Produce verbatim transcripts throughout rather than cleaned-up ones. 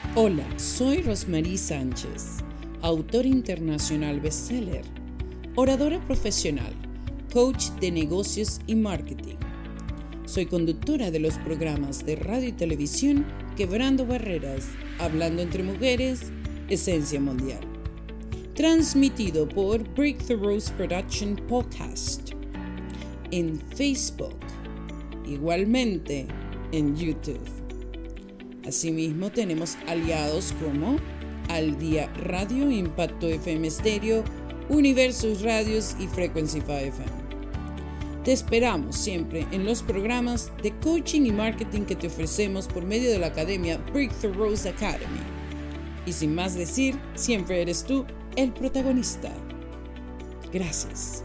Hola, soy Rosmarie Sánchez, autora internacional bestseller, oradora profesional, coach de negocios y marketing. Soy conductora de los programas de radio y televisión Quebrando Barreras, Hablando entre Mujeres, Esencia Mundial. Transmitido por Breakthrough Rose Production Podcast en Facebook, igualmente en YouTube. Asimismo, tenemos aliados como Al Día Radio, Impacto F M Stereo, Universos Radios y Frequencify F M. Te esperamos siempre en los programas de coaching y marketing que te ofrecemos por medio de la academia Breakthrough Rose Academy. Y sin más decir, siempre eres tú el protagonista. Gracias.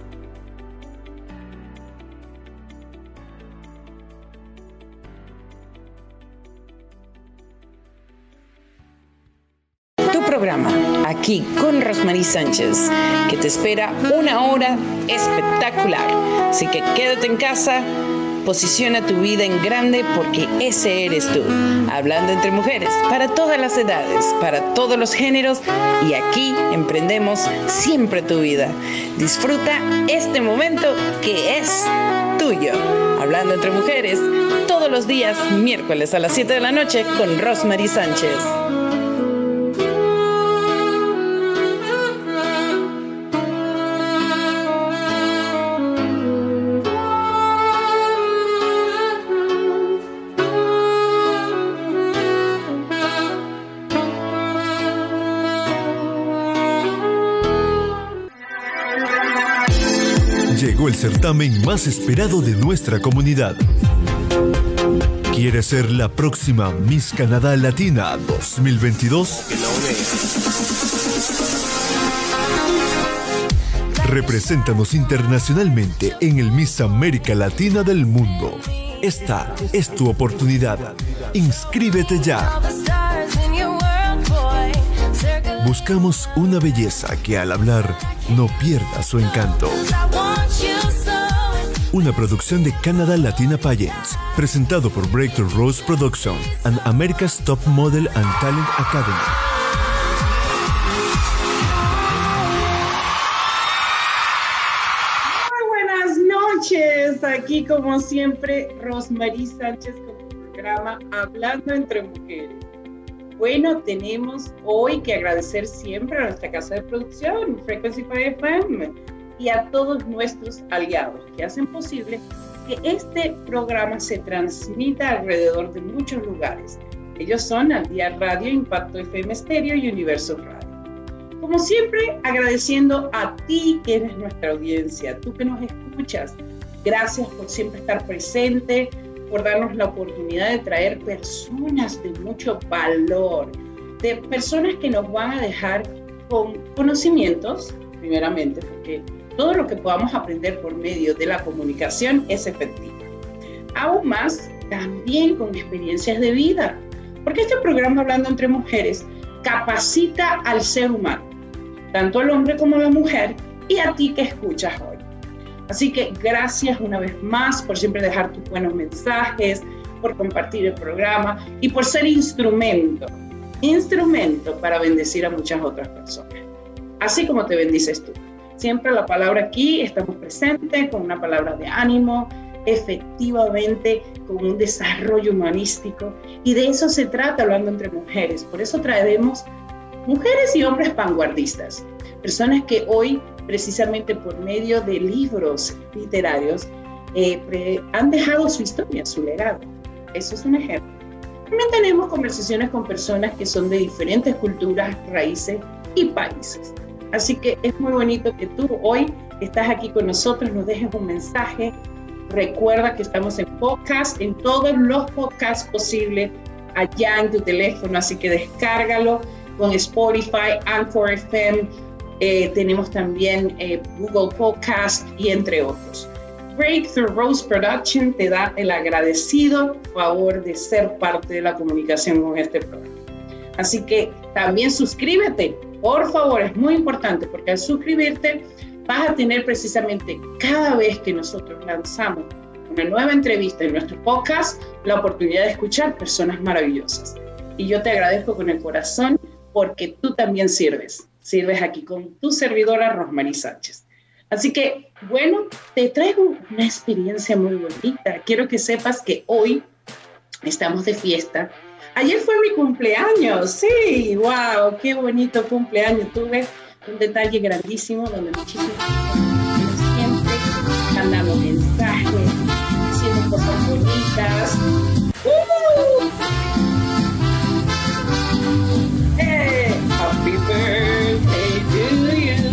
Programa aquí con Rosmarie Sánchez, que te espera una hora espectacular. Así que quédate en casa, posiciona tu vida en grande porque ese eres tú. Hablando entre mujeres, para todas las edades, para todos los géneros, y aquí emprendemos siempre tu vida. Disfruta este momento que es tuyo. Hablando entre mujeres, todos los días, miércoles a las siete de la noche con Rosmarie Sánchez. Llegó el certamen más esperado de nuestra comunidad. ¿Quieres ser la próxima Miss Canadá Latina dos mil veintidós? Represéntanos internacionalmente en el Miss América Latina del mundo. Esta es tu oportunidad. Inscríbete ya. Buscamos una belleza que al hablar no pierda su encanto. Una producción de Canada Latina Pageants, presentado por Breakthrough Rose Production and America's Top Model and Talent Academy. Muy buenas noches, aquí como siempre Rosmarie Sánchez con el programa Hablando entre Mujeres. Bueno, tenemos hoy que agradecer siempre a nuestra casa de producción, Frequencify F M, y a todos nuestros aliados que hacen posible que este programa se transmita alrededor de muchos lugares. Ellos son Al Día Radio, Impacto F M Stereo y Universos Radio. Como siempre, agradeciendo a ti que eres nuestra audiencia, tú que nos escuchas. Gracias por siempre estar presente, por darnos la oportunidad de traer personas de mucho valor, de personas que nos van a dejar con conocimientos, primeramente, porque todo lo que podamos aprender por medio de la comunicación es efectivo. Aún más, también con experiencias de vida, porque este programa Hablando entre Mujeres capacita al ser humano, tanto al hombre como a la mujer, y a ti que escuchas hoy. Así que gracias una vez más por siempre dejar tus buenos mensajes, por compartir el programa y por ser instrumento, instrumento para bendecir a muchas otras personas. Así como te bendices tú. Siempre la palabra aquí, estamos presentes con una palabra de ánimo, efectivamente con un desarrollo humanístico. Y de eso se trata Hablando entre Mujeres. Por eso traeremos mujeres y hombres vanguardistas. Personas que hoy, precisamente por medio de libros literarios, eh, pre, han dejado su historia, su legado. Eso es un ejemplo. También tenemos conversaciones con personas que son de diferentes culturas, raíces y países. Así que es muy bonito que tú hoy estás aquí con nosotros, nos dejes un mensaje. Recuerda que estamos en podcast, en todos los podcasts posibles, allá en tu teléfono, así que descárgalo con Spotify, Anchor F M, eh, tenemos también eh, Google Podcast y entre otros. Breakthrough Rose Production te da el agradecido favor de ser parte de la comunicación con este programa. Así que también suscríbete, por favor, es muy importante porque al suscribirte vas a tener precisamente cada vez que nosotros lanzamos una nueva entrevista en nuestro podcast, la oportunidad de escuchar personas maravillosas. y yo te agradezco con el corazón porque tú también sirves, sirves aquí con tu servidora Rosmarie Sánchez. Así que, bueno, te traigo una experiencia muy bonita. Quiero que sepas que hoy estamos de fiesta. Ayer fue mi cumpleaños, sí, wow, qué bonito cumpleaños. Tuve un detalle grandísimo donde muchísimas personas siempre mandamos mensajes, haciendo cosas bonitas. ¡Uh! Hey, happy birthday to you.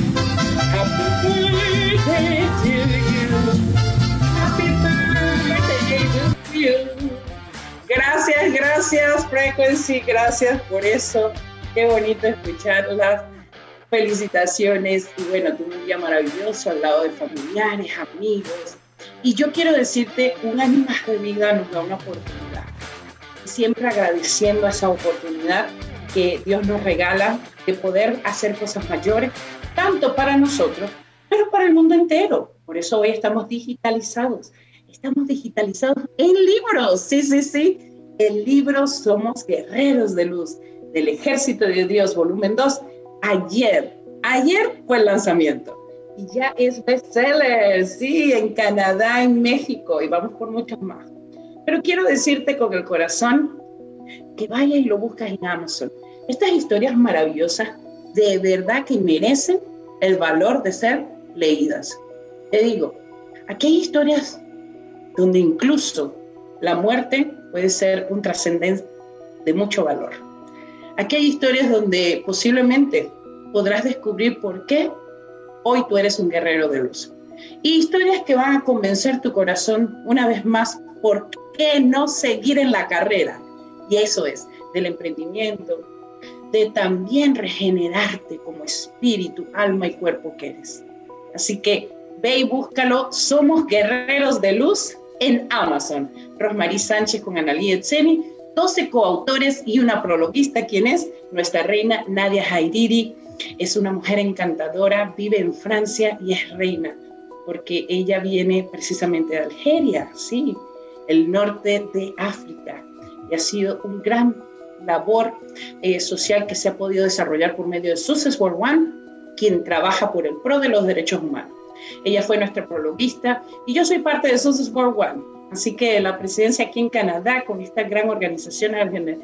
Happy birthday to you. Happy birthday to you. Gracias, gracias, Frequency, gracias por eso. Qué bonito escucharlas. Felicitaciones y bueno, tuve un día maravilloso al lado de familiares, amigos. Y yo quiero decirte, un año más de vida nos da una oportunidad. Siempre agradeciendo esa oportunidad que Dios nos regala de poder hacer cosas mayores, tanto para nosotros, pero para el mundo entero. Por eso hoy estamos digitalizados. Estamos digitalizados en libros, sí, sí, sí. El libro Somos Guerreros de Luz, del Ejército de Dios, volumen dos. Ayer, ayer fue el lanzamiento. Y ya es bestseller, sí, en Canadá, en México, y vamos por muchos más. Pero quiero decirte con el corazón que vaya y lo buscas en Amazon. Estas historias maravillosas de verdad que merecen el valor de ser leídas. Te digo, aquí hay historias donde incluso la muerte puede ser un trascendente de mucho valor. Aquí hay historias donde posiblemente podrás descubrir por qué hoy tú eres un guerrero de luz. Y historias que van a convencer tu corazón una vez más por qué no seguir en la carrera. Y eso es, del emprendimiento, de también regenerarte como espíritu, alma y cuerpo que eres. Así que ve y búscalo, Somos Guerreros de Luz en Amazon. Rosmarie Sánchez con Analí Etseni, doce coautores y una prologuista, quien es nuestra reina Nadia Jairiri. Es una mujer encantadora, vive en Francia y es reina, porque ella viene precisamente de Algeria, sí, el norte de África, y ha sido un gran labor eh, social que se ha podido desarrollar por medio de Success World One, quien trabaja por el pro de los derechos humanos. Ella fue nuestra prologuista y yo soy parte de Success World One, así que la presidencia aquí en Canadá con esta gran organización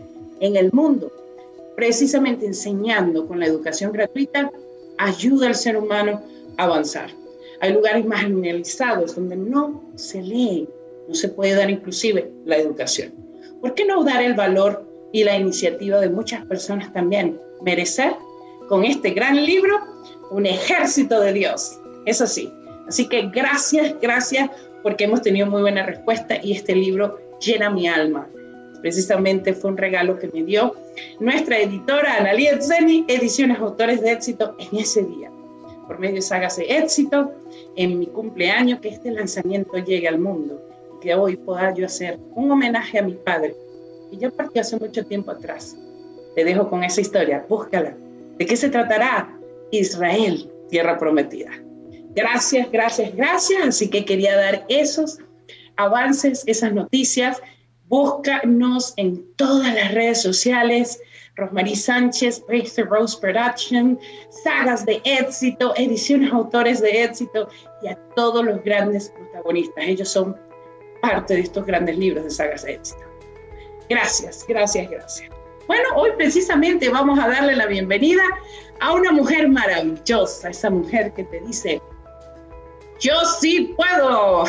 en el mundo, precisamente enseñando con la educación gratuita, ayuda al ser humano a avanzar. Hay lugares marginalizados donde no se lee, no se puede dar inclusive la educación. ¿Por qué no dar el valor y la iniciativa de muchas personas también? Merecer con este gran libro un ejército de Dios. Es así. Así que gracias, gracias, porque hemos tenido muy buena respuesta y este libro llena mi alma. Precisamente fue un regalo que me dio nuestra editora Analí Etseni, Ediciones Autores de Éxito, en ese día. Por medio de Sagas de Éxito, en mi cumpleaños, que este lanzamiento llegue al mundo y que hoy pueda yo hacer un homenaje a mi padre, que ya partió hace mucho tiempo atrás. Te dejo con esa historia, búscala. ¿De qué se tratará? Israel, tierra prometida. Gracias, gracias, gracias. Así que quería dar esos avances, esas noticias. Búscanos en todas las redes sociales, Rosmarie Sánchez, Breakthrough Rose Production, Sagas de Éxito, Ediciones Autores de Éxito y a todos los grandes protagonistas. Ellos son parte de estos grandes libros de Sagas de Éxito. Gracias, gracias, gracias. Bueno, hoy precisamente vamos a darle la bienvenida a una mujer maravillosa, esa mujer que te dice, yo sí puedo.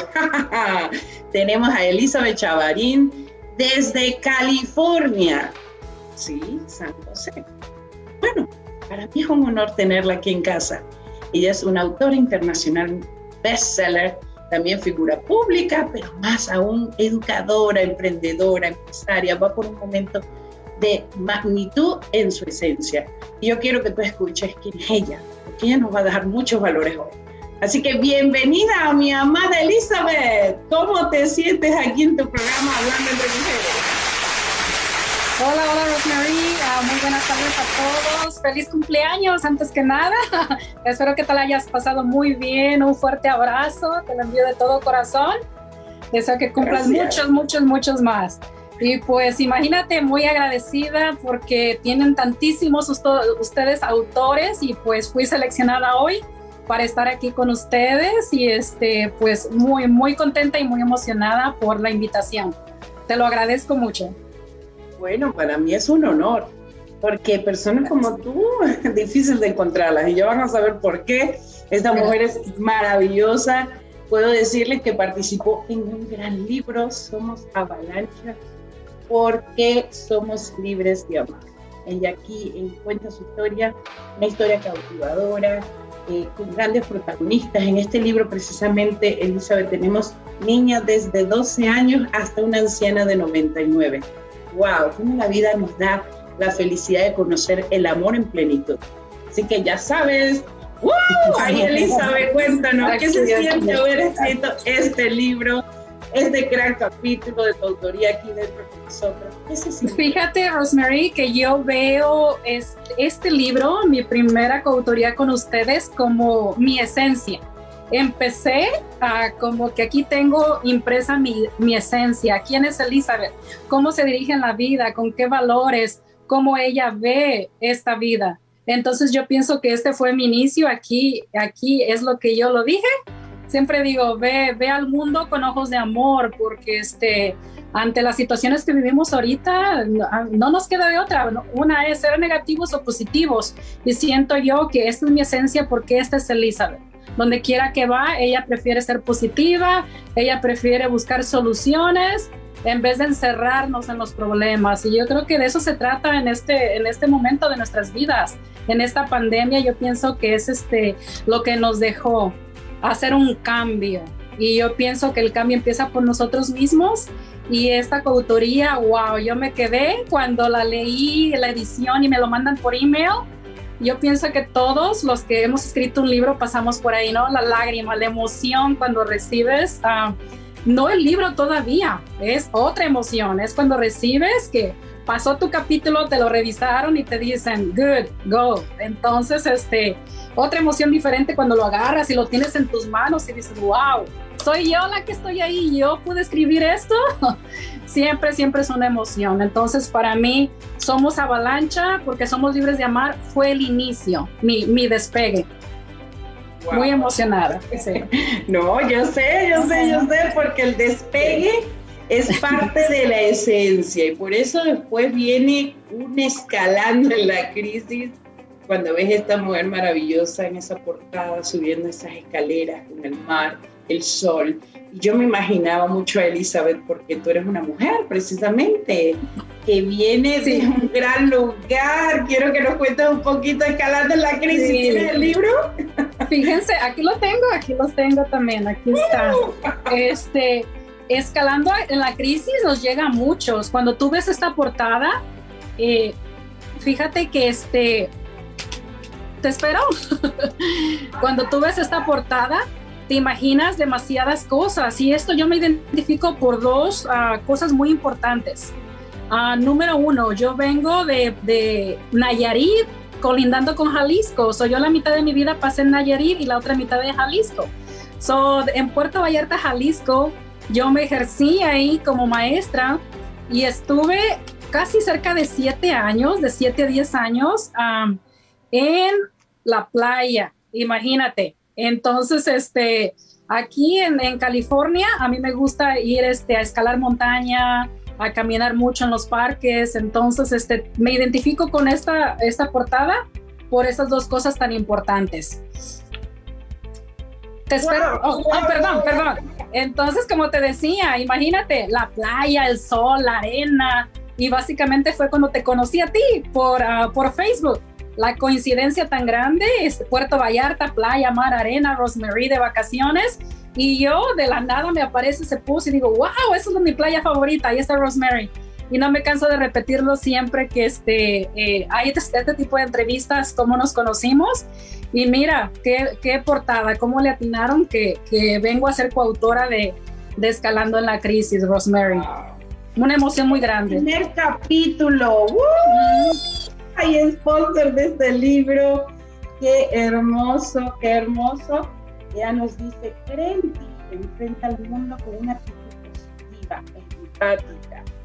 Tenemos a Elizabeth Chavarín desde California. Sí, San José. Bueno, para mí es un honor tenerla aquí en casa. Ella es una autora internacional bestseller, también figura pública, pero más aún educadora, emprendedora, empresaria. Va por un momento de magnitud en su esencia. Y yo quiero que tú escuches quién es ella, porque ella nos va a dejar muchos valores hoy. Así que bienvenida a mi amada Elizabeth. ¿Cómo te sientes aquí en tu programa Hablando entre Mujeres? Hola, hola Rosmarie, uh, muy buenas tardes a todos. Feliz cumpleaños antes que nada. Espero que te la hayas pasado muy bien. Un fuerte abrazo, te lo envío de todo corazón. Deseo que cumplas Gracias. muchos, muchos, muchos más. Y pues imagínate, muy agradecida porque tienen tantísimos ustedes autores y pues fui seleccionada hoy para estar aquí con ustedes y este, pues muy, muy contenta y muy emocionada por la invitación. Te lo agradezco mucho. Bueno, para mí es un honor, porque personas como tú, difícil de encontrarlas y ya van a saber por qué. Esta mujer es maravillosa. Puedo decirles que participó en un gran libro, Somos Avalancha, porque somos libres de amar. Ella aquí cuenta su historia, una historia cautivadora, eh, con grandes protagonistas. En este libro precisamente, Elizabeth, tenemos niñas desde doce años hasta una anciana de noventa y nueve. ¡Wow! Cómo la vida nos da la felicidad de conocer el amor en plenitud. Así que ya sabes, ¡uh! Ay, Elizabeth, cuéntanos, ¿qué se siente haber escrito este libro, este gran capítulo de tu autoría aquí dentro con nosotros? ¿Qué se siente? Fíjate, Rosemary, que yo veo este, este libro, mi primera coautoría con ustedes, como mi esencia. Empecé uh, como que aquí tengo impresa mi, mi esencia. ¿Quién es Elizabeth? ¿Cómo se dirige en la vida? ¿Con qué valores? ¿Cómo ella ve esta vida? Entonces yo pienso que este fue mi inicio. Aquí, aquí es lo que yo lo dije. Siempre digo, ve, ve al mundo con ojos de amor, porque este, ante las situaciones que vivimos ahorita, no, no nos queda de otra. Una es ser negativos o positivos. Y siento yo que esta es mi esencia porque esta es Elizabeth. Donde quiera que va, ella prefiere ser positiva, ella prefiere buscar soluciones en vez de encerrarnos en los problemas. Y yo creo que de eso se trata en este, en este momento de nuestras vidas. En esta pandemia yo pienso que es este, lo que nos dejó hacer un cambio. Y yo pienso que el cambio empieza por nosotros mismos. Y esta coautoría, wow, yo me quedé cuando la leí, la edición y me lo mandan por email. Yo pienso que todos los que hemos escrito un libro pasamos por ahí, ¿no? La lágrima, la emoción cuando recibes, uh, no el libro todavía, es otra emoción, es cuando recibes que pasó tu capítulo, te lo revisaron y te dicen, good, go. Entonces, este, otra emoción diferente cuando lo agarras y lo tienes en tus manos y dices, wow, soy yo la que estoy ahí, yo pude escribir esto. Siempre, siempre es una emoción. Entonces, para mí, Somos Avalancha, porque somos libres de amar, fue el inicio, mi, mi despegue. Wow. Muy emocionada. Sí. No, yo sé, yo sé, yo sé, porque el despegue es parte de la esencia y por eso después viene un escalando en la crisis. Cuando ves a esta mujer maravillosa en esa portada, subiendo esas escaleras con el mar, el sol. Y yo me imaginaba mucho a Elizabeth porque tú eres una mujer precisamente que viene sí. de un gran lugar. Quiero que nos cuentes un poquito escalando en la crisis. Sí. ¿Tienes el libro? Fíjense, aquí lo tengo, aquí los tengo también, aquí está. Este, escalando en la crisis nos llega a muchos. Cuando tú ves esta portada, eh, fíjate que este, te espero. Cuando tú ves esta portada, te imaginas demasiadas cosas y esto yo me identifico por dos uh, cosas muy importantes. Uh, número uno, yo vengo de, de Nayarit, colindando con Jalisco. So, yo la mitad de mi vida pasé en Nayarit y la otra mitad de Jalisco. So, en Puerto Vallarta, Jalisco, yo me ejercí ahí como maestra y estuve casi cerca de siete años, de siete a diez años, um, en la playa, imagínate. Entonces, este, aquí en, en California, a mí me gusta ir este, a escalar montaña, a caminar mucho en los parques. Entonces, este, me identifico con esta, esta portada por esas dos cosas tan importantes. Te espero. Oh, oh, perdón, perdón. Entonces, como te decía, imagínate la playa, el sol, la arena. Y básicamente fue cuando te conocí a ti por, uh, por Facebook. La coincidencia tan grande es Puerto Vallarta, playa, mar, arena, Rosemary de vacaciones. Y yo de la nada me aparece ese post y digo, wow, esa es mi playa favorita, ahí está Rosemary. Y no me canso de repetirlo siempre que este, eh, hay este, este tipo de entrevistas, cómo nos conocimos. Y mira, qué, qué portada, cómo le atinaron que, que vengo a ser coautora de, de Escalando en la Crisis, Rosemary. Wow. Una emoción muy grande. Primer capítulo. ¡Woo! Hay sponsor de este libro. Qué hermoso, qué hermoso. Ella nos dice, cree en ti, enfrenta al mundo con una actitud positiva, empática,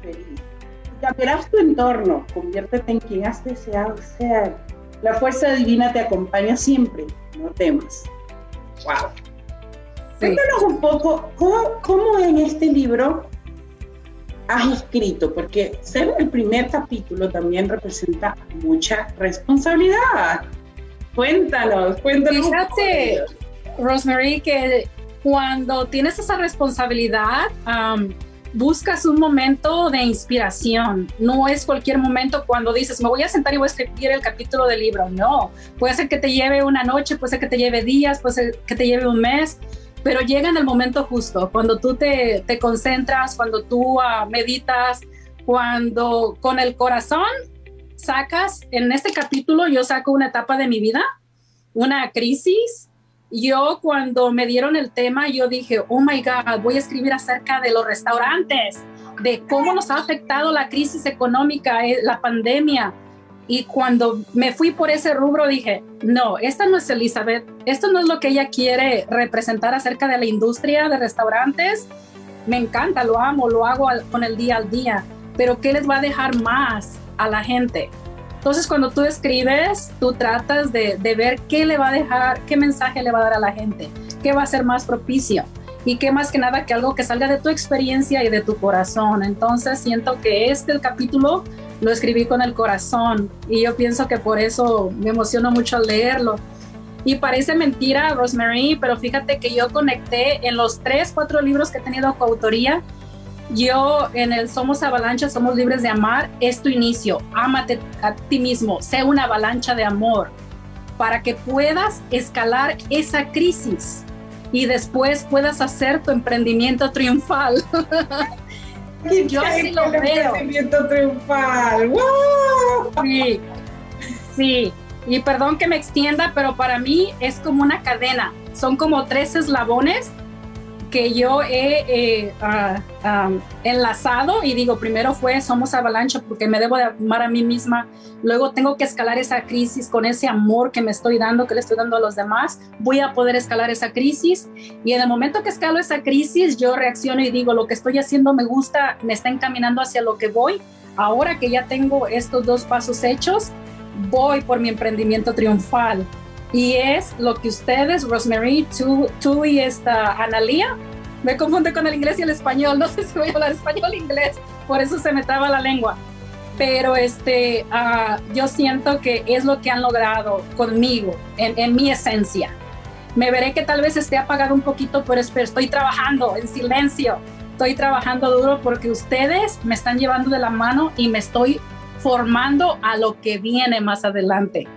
feliz. Cambiarás tu entorno, conviértete en quien has deseado ser. La fuerza divina te acompaña siempre, no temas. ¡Wow! Sí. Cuéntanos un poco, ¿cómo, cómo en este libro has escrito? Porque ser el primer capítulo también representa mucha responsabilidad. Cuéntanos, cuéntanos. Fíjate, Rosemary, que cuando tienes esa responsabilidad, um, buscas un momento de inspiración. No es cualquier momento cuando dices, me voy a sentar y voy a escribir el capítulo del libro. No, puede ser que te lleve una noche, puede ser que te lleve días, puede ser que te lleve un mes, pero llega en el momento justo, cuando tú te, te concentras, cuando tú uh, meditas, cuando con el corazón sacas. En este capítulo yo saco una etapa de mi vida, una crisis. Yo cuando me dieron el tema, yo dije, oh my God, voy a escribir acerca de los restaurantes, de cómo nos ha afectado la crisis económica, la pandemia. Y cuando me fui por ese rubro, dije, no, esta no es Elizabeth, esto no es lo que ella quiere representar acerca de la industria de restaurantes. Me encanta, lo amo, lo hago al, con el día al día, pero ¿qué les va a dejar más a la gente? Entonces, cuando tú escribes, tú tratas de, de ver qué le va a dejar, qué mensaje le va a dar a la gente, qué va a ser más propicio y qué más que nada que algo que salga de tu experiencia y de tu corazón. Entonces, siento que este capítulo lo escribí con el corazón y yo pienso que por eso me emociono mucho al leerlo. Y parece mentira, Rosemary, pero fíjate que yo conecté en los tres, cuatro libros que he tenido coautoría. Yo en el Somos Avalancha, Somos Libres de Amar, es tu inicio. Ámate a ti mismo, sé una avalancha de amor para que puedas escalar esa crisis y después puedas hacer tu emprendimiento triunfal. Yo sí lo veo. Emprendimiento triunfal. ¡Wow! Sí, sí. Y perdón que me extienda, pero para mí es como una cadena. Son como tres eslabones que yo he eh, uh, um, enlazado y digo, primero fue Somos Avalancha porque me debo de amar a mí misma, luego tengo que escalar esa crisis con ese amor que me estoy dando, que le estoy dando a los demás, voy a poder escalar esa crisis y en el momento que escalo esa crisis yo reacciono y digo, lo que estoy haciendo me gusta, me está encaminando hacia lo que voy, ahora que ya tengo estos dos pasos hechos, voy por mi emprendimiento triunfal. Y es lo que ustedes, Rosemary, tú, tú y esta Analía, me confunde con el inglés y el español, no sé si voy a hablar español o inglés, por eso se me traba la lengua. Pero este, uh, yo siento que es lo que han logrado conmigo, en, en mi esencia. Me veré que tal vez esté apagado un poquito, pero estoy trabajando en silencio, estoy trabajando duro porque ustedes me están llevando de la mano y me estoy formando a lo que viene más adelante.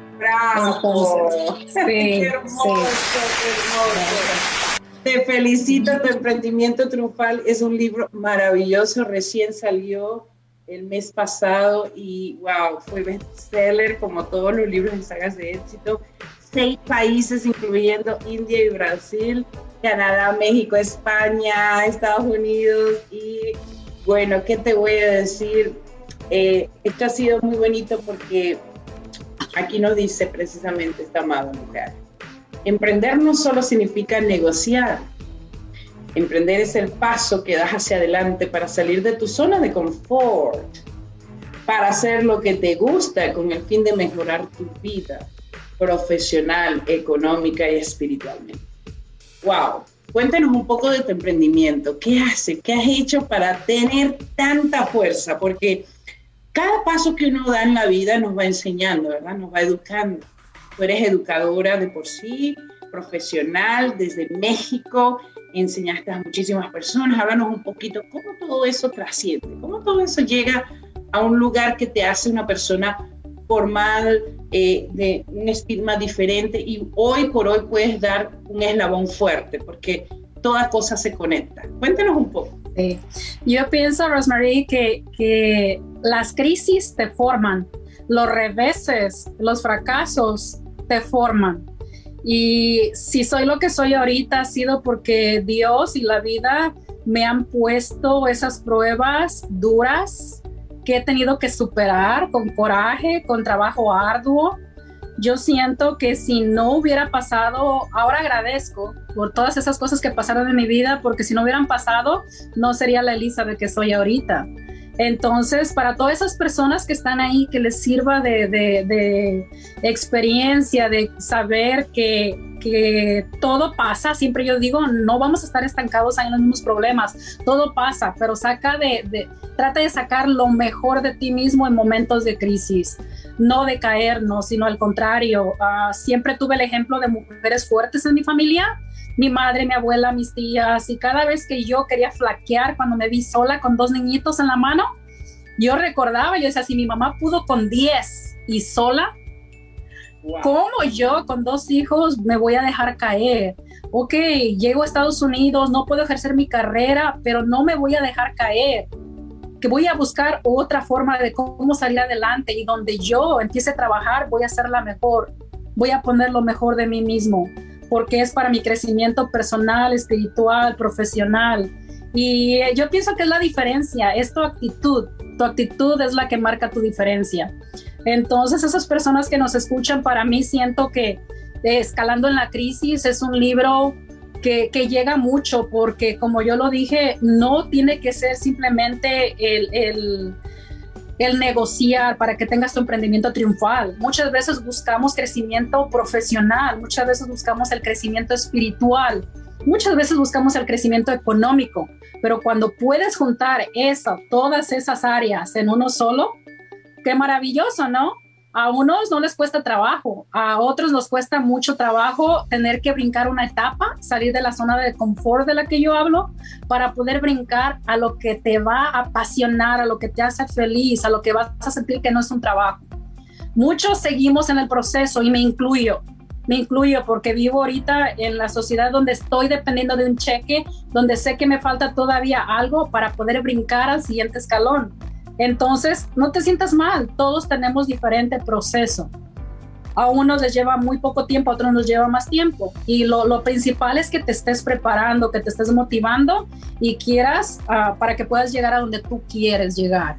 ¡Bravo! Entonces, sí, ¡Qué hermoso, sí. qué hermoso! Te felicito, tu emprendimiento triunfal es un libro maravilloso, recién salió el mes pasado y wow, fue bestseller como todos los libros en sagas de éxito. Seis países, incluyendo India y Brasil, Canadá, México, España, Estados Unidos y bueno, ¿qué te voy a decir? Eh, esto ha sido muy bonito porque aquí nos dice precisamente esta amada mujer, emprender no solo significa negociar, emprender es el paso que das hacia adelante para salir de tu zona de confort, para hacer lo que te gusta con el fin de mejorar tu vida profesional, económica y espiritualmente. ¡Wow! Cuéntanos un poco de tu emprendimiento. ¿Qué haces? ¿Qué has hecho para tener tanta fuerza? Porque cada paso que uno da en la vida nos va enseñando, ¿verdad? Nos va educando. Tú eres educadora de por sí, profesional, desde México, enseñaste a muchísimas personas. Háblanos un poquito cómo todo eso trasciende, cómo todo eso llega a un lugar que te hace una persona formal, eh, de un estigma diferente y hoy por hoy puedes dar un eslabón fuerte porque toda cosa se conecta. Cuéntanos un poco. Sí. Yo pienso, Rosemary, que, que las crisis te forman, los reveses, los fracasos te forman. Y si soy lo que soy ahorita ha sido porque Dios y la vida me han puesto esas pruebas duras que he tenido que superar con coraje, con trabajo arduo. Yo siento que si no hubiera pasado, ahora agradezco por todas esas cosas que pasaron en mi vida, porque si no hubieran pasado, no sería la Elizabeth que soy ahorita. Entonces, para todas esas personas que están ahí, que les sirva de, de, de experiencia, de saber que, que todo pasa, siempre yo digo, no vamos a estar estancados ahí en los mismos problemas, todo pasa, pero saca de, de, trata de sacar lo mejor de ti mismo en momentos de crisis, no de caernos, sino al contrario. Uh, siempre tuve el ejemplo de mujeres fuertes en mi familia, mi madre, mi abuela, mis tías, y cada vez que yo quería flaquear, cuando me vi sola con dos niñitos en la mano, yo recordaba, yo decía, si mi mamá pudo con diez y sola, wow, ¿cómo yo con dos hijos me voy a dejar caer? Ok, llego a Estados Unidos, no puedo ejercer mi carrera, pero no me voy a dejar caer, que voy a buscar otra forma de cómo salir adelante, y donde yo empiece a trabajar voy a ser la mejor, voy a poner lo mejor de mí mismo, porque es para mi crecimiento personal, espiritual, profesional. Y yo pienso que es la diferencia, es tu actitud. Tu actitud es la que marca tu diferencia. Entonces, esas personas que nos escuchan, para mí siento que eh, Escalando en la Crisis es un libro que, que llega mucho, porque como yo lo dije, no tiene que ser simplemente el... el el negociar para que tengas tu emprendimiento triunfal. Muchas veces buscamos crecimiento profesional, muchas veces buscamos el crecimiento espiritual, muchas veces buscamos el crecimiento económico, pero cuando puedes juntar eso, todas esas áreas en uno solo, qué maravilloso, ¿no? A unos no les cuesta trabajo, a otros nos cuesta mucho trabajo tener que brincar una etapa, salir de la zona de confort de la que yo hablo, para poder brincar a lo que te va a apasionar, a lo que te hace feliz, a lo que vas a sentir que no es un trabajo. Muchos seguimos en el proceso, y me incluyo, me incluyo porque vivo ahorita en la sociedad donde estoy dependiendo de un cheque, donde sé que me falta todavía algo para poder brincar al siguiente escalón. Entonces, no te sientas mal, todos tenemos diferente proceso. A unos les lleva muy poco tiempo, a otros nos lleva más tiempo. Y lo, lo principal es que te estés preparando, que te estés motivando y quieras uh, para que puedas llegar a donde tú quieres llegar.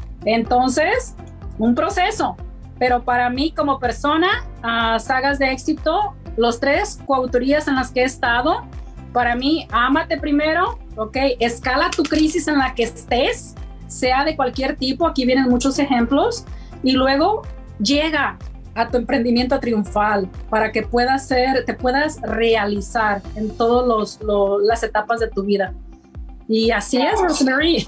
Entonces, un proceso. Pero para mí como persona, uh, sagas de éxito, los tres coautorías en las que he estado, para mí, ámate primero, ¿ok? Escala tu crisis en la que estés, sea de cualquier tipo, aquí vienen muchos ejemplos, y luego llega a tu emprendimiento triunfal para que puedas ser, te puedas realizar en todas los, los, las etapas de tu vida. Y así es, Rosemary.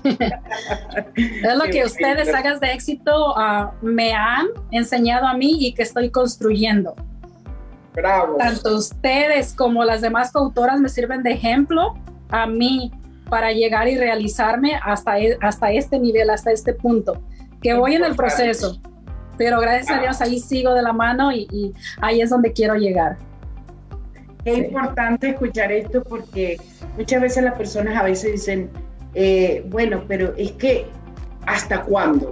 Es lo que ustedes, sagas de éxito, uh, me han enseñado a mí y que estoy construyendo. Bravo. Tanto ustedes como las demás coautoras me sirven de ejemplo a mí, para llegar y realizarme hasta, e, hasta este nivel, hasta este punto, que voy en el proceso, pero gracias ah. a Dios ahí sigo de la mano y, y ahí es donde quiero llegar. Qué sí. Importante escuchar esto, porque muchas veces las personas a veces dicen, eh, bueno, pero es que ¿hasta cuándo?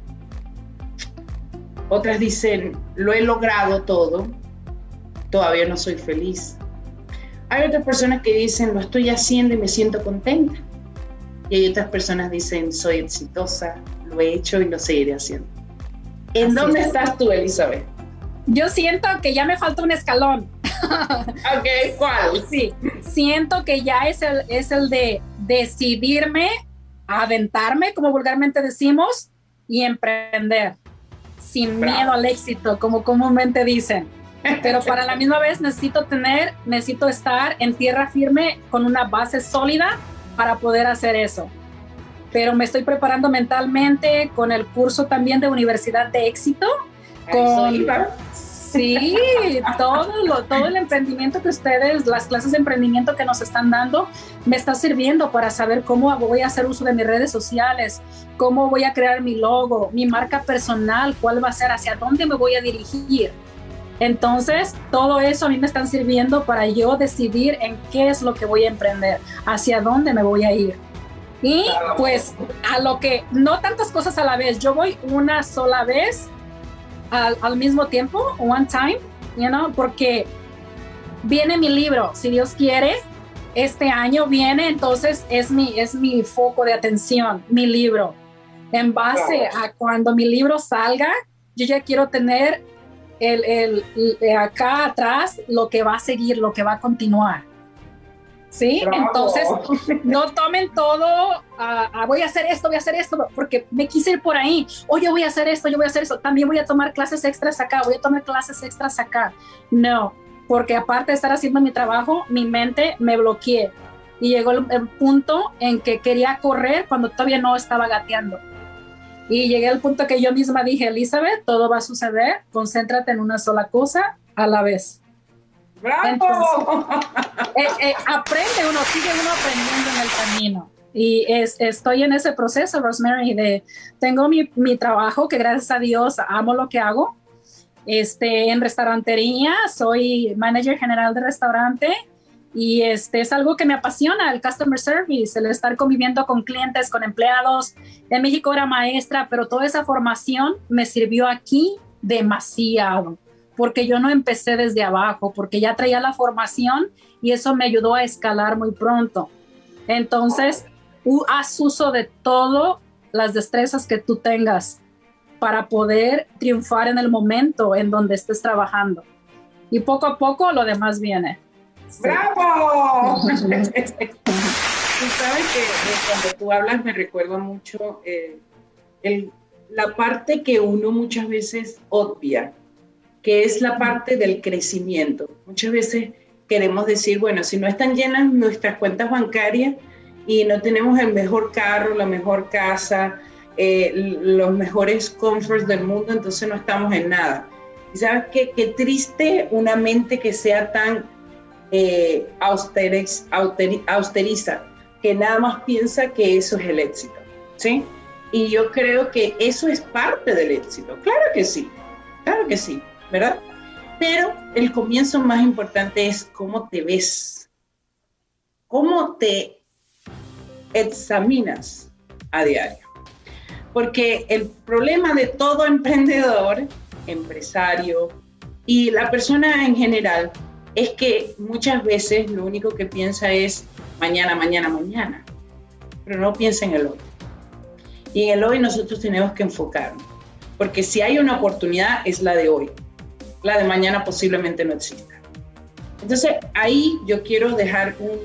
Otras dicen, lo he logrado todo, todavía no soy feliz. Hay otras personas que dicen, lo estoy haciendo y me siento contenta. Y hay otras personas que dicen, soy exitosa, lo he hecho y lo seguiré haciendo. ¿En Así dónde es. estás tú, Elizabeth? Yo siento que ya me falta un escalón. Ok, ¿cuál? Sí, siento que ya es el, es el de decidirme, aventarme, como vulgarmente decimos, y emprender, sin Bravo. miedo al éxito, como comúnmente dicen. Pero para la misma vez necesito tener, necesito estar en tierra firme con una base sólida para poder hacer eso. Pero me estoy preparando mentalmente con el curso también de Universidad de Éxito. Con, sí, todo, lo, todo el emprendimiento que ustedes, las clases de emprendimiento que nos están dando, me está sirviendo para saber cómo voy a hacer uso de mis redes sociales, cómo voy a crear mi logo, mi marca personal, cuál va a ser, hacia dónde me voy a dirigir. Entonces, todo eso a mí me están sirviendo para yo decidir en qué es lo que voy a emprender, hacia dónde me voy a ir. Y pues a lo que, no tantas cosas a la vez, yo voy una sola vez al, al mismo tiempo, one time, you know, porque viene mi libro, si Dios quiere, este año viene, entonces es mi, es mi foco de atención, mi libro. En base a cuando mi libro salga, yo ya quiero tener El, el, el, acá atrás lo que va a seguir, lo que va a continuar. ¿sí? Bravo. Entonces, no tomen todo, uh, uh, voy a hacer esto, voy a hacer esto, porque me quise ir por ahí. Oye, voy a hacer esto, yo voy a hacer eso. También voy a tomar clases extras acá, voy a tomar clases extras acá. No, porque aparte de estar haciendo mi trabajo, mi mente me bloqueé. Y llegó el, el punto en que quería correr cuando todavía no estaba gateando. Y llegué al punto que yo misma dije, Elizabeth, todo va a suceder, concéntrate en una sola cosa a la vez. ¡Bravo! Entonces, eh, eh, aprende uno, sigue uno aprendiendo en el camino. Y es, estoy en ese proceso, Rosemary, de tengo mi, mi trabajo, que gracias a Dios amo lo que hago. Este, en restaurantería, soy manager general de restaurante. Y este es algo que me apasiona, el customer service, el estar conviviendo con clientes, con empleados. En México era maestra, pero toda esa formación me sirvió aquí demasiado, porque yo no empecé desde abajo, porque ya traía la formación y eso me ayudó a escalar muy pronto. Entonces, haz uso de todas las destrezas que tú tengas para poder triunfar en el momento en donde estés trabajando. Y poco a poco lo demás viene. Sí. ¡Bravo! Tú sabes que eh, cuando tú hablas me recuerda mucho eh, el, la parte que uno muchas veces obvia, que es la parte del crecimiento. Muchas veces queremos decir, bueno, si no están llenas nuestras cuentas bancarias y no tenemos el mejor carro, la mejor casa, eh, los mejores comforts del mundo, entonces no estamos en nada. Y sabes qué, qué triste una mente que sea tan Eh, austeriz, austeri, austeriza, que nada más piensa que eso es el éxito, ¿sí? Y yo creo que eso es parte del éxito, claro que sí, claro que sí, ¿verdad? Pero el comienzo más importante es cómo te ves, cómo te examinas a diario, porque el problema de todo emprendedor, empresario y la persona en general es que muchas veces lo único que piensa es mañana, mañana, mañana, pero no piensa en el hoy. Y en el hoy nosotros tenemos que enfocarnos, porque si hay una oportunidad es la de hoy, la de mañana posiblemente no exista. Entonces ahí yo quiero dejar un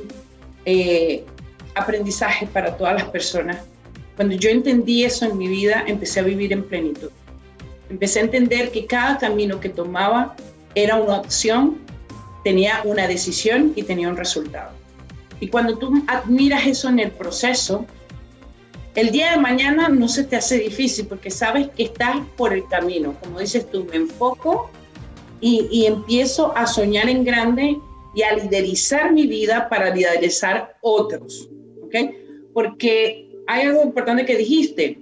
eh, aprendizaje para todas las personas. Cuando yo entendí eso en mi vida, empecé a vivir en plenitud. Empecé a entender que cada camino que tomaba era una opción, tenía una decisión y tenía un resultado. Y cuando tú admiras eso en el proceso, el día de mañana no se te hace difícil porque sabes que estás por el camino. Como dices tú, me enfoco y, y empiezo a soñar en grande y a liderizar mi vida para liderizar otros, ¿ok? Porque hay algo importante que dijiste.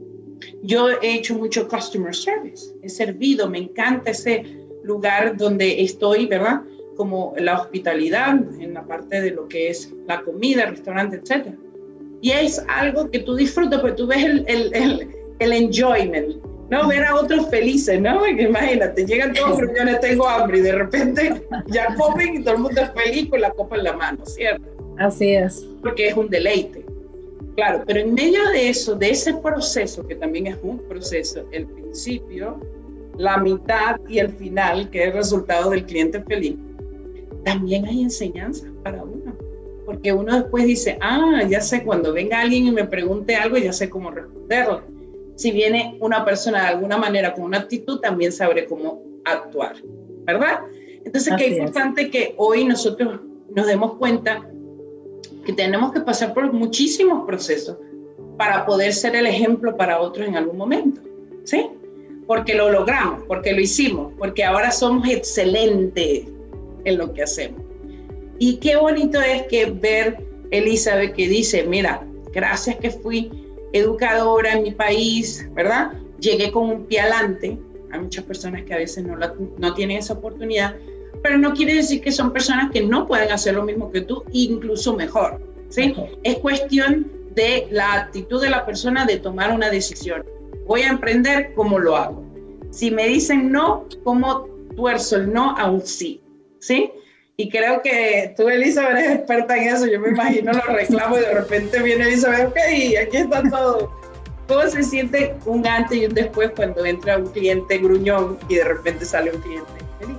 Yo he hecho mucho customer service, he servido, me encanta ese lugar donde estoy, ¿verdad? Como la hospitalidad, en la parte de lo que es la comida, el restaurante, etcétera. Y es algo que tú disfrutas, porque tú ves el, el, el, el enjoyment, ¿no? Ver a otros felices, ¿no? Imagínate, llegan todos reuniones, tengo hambre, y de repente ya comen y todo el mundo es feliz con la copa en la mano, ¿cierto? Así es. Porque es un deleite. Claro, pero en medio de eso, de ese proceso, que también es un proceso, el principio, la mitad y el final, que es el resultado del cliente feliz, también hay enseñanzas para uno, porque uno después dice, ah, ya sé, cuando venga alguien y me pregunte algo, ya sé cómo responderlo. Si viene una persona de alguna manera con una actitud, también sabré cómo actuar, ¿verdad? Entonces, qué importante que hoy nosotros nos demos cuenta que tenemos que pasar por muchísimos procesos para poder ser el ejemplo para otros en algún momento, ¿sí? Porque lo logramos, porque lo hicimos, porque ahora somos excelentes en lo que hacemos. Y qué bonito es que ver Elizabeth que dice, mira, gracias que fui educadora en mi país, ¿verdad? Llegué con un pie adelante. Hay muchas personas que a veces no, la, no tienen esa oportunidad, pero no quiere decir que son personas que no pueden hacer lo mismo que tú, incluso mejor, ¿sí? Okay. Es cuestión de la actitud de la persona de tomar una decisión. Voy a emprender, ¿cómo lo hago? Si me dicen no, ¿cómo tuerzo el no a un sí? ¿Sí? Y creo que tú, Elizabeth, eres experta en eso. Yo me imagino los reclamos y de repente viene Elizabeth, ok, aquí está todo. ¿Cómo se siente un antes y un después cuando entra un cliente gruñón y de repente sale un cliente feliz?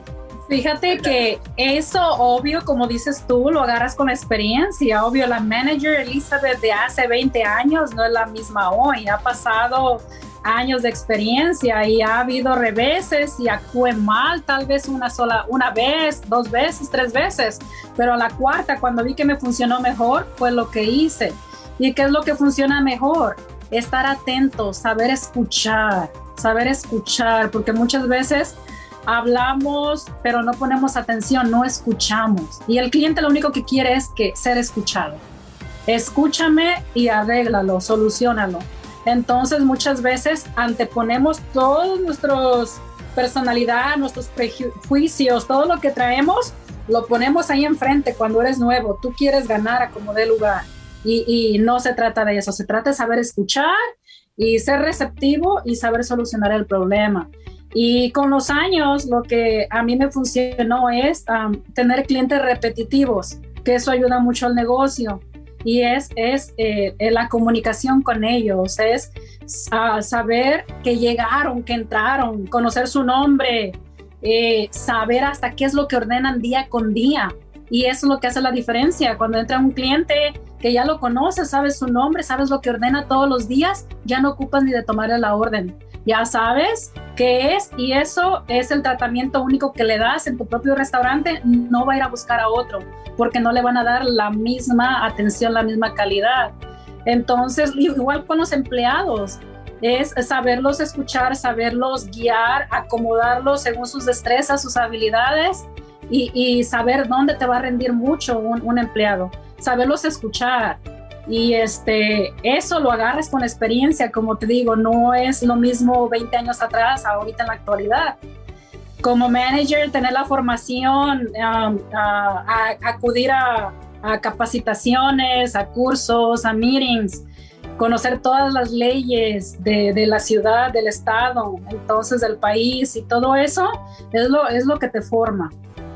Fíjate que eso, obvio, como dices tú, lo agarras con experiencia. Obvio, la manager Elizabeth de hace veinte años no es la misma hoy. Ha pasado años de experiencia y ha habido reveses y actué mal tal vez una sola, una vez, dos veces, tres veces. Pero a la cuarta, cuando vi que me funcionó mejor, fue lo que hice. ¿Y qué es lo que funciona mejor? Estar atento, saber escuchar, saber escuchar, porque muchas veces hablamos, pero no ponemos atención, no escuchamos. Y el cliente lo único que quiere es que ser escuchado. Escúchame y arréglalo, soluciónalo. Entonces, muchas veces anteponemos todos nuestros personalidad, nuestros prejuicios, todo lo que traemos, lo ponemos ahí enfrente cuando eres nuevo. Tú quieres ganar a como dé lugar. Y, y no se trata de eso. Se trata de saber escuchar y ser receptivo y saber solucionar el problema. Y con los años, lo que a mí me funcionó es um, tener clientes repetitivos, que eso ayuda mucho al negocio. Y es, es eh, la comunicación con ellos, es uh, saber que llegaron, que entraron, conocer su nombre, eh, saber hasta qué es lo que ordenan día con día. Y eso es lo que hace la diferencia. Cuando entra un cliente que ya lo conoces, sabes su nombre, sabes lo que ordena todos los días, ya no ocupas ni de tomarle la orden. Ya sabes qué es, y eso es el tratamiento único que le das en tu propio restaurante. No va a ir a buscar a otro porque no le van a dar la misma atención, la misma calidad. Entonces, igual con los empleados, es saberlos escuchar, saberlos guiar, acomodarlos según sus destrezas, sus habilidades, y, y saber dónde te va a rendir mucho un, un empleado, saberlos escuchar. Y este, eso lo agarras con experiencia, como te digo, no es lo mismo veinte años atrás, ahorita en la actualidad. Como manager, tener la formación, um, a, a acudir a, a capacitaciones, a cursos, a meetings, conocer todas las leyes de, de la ciudad, del estado, entonces del país, y todo eso es lo, es lo que te forma.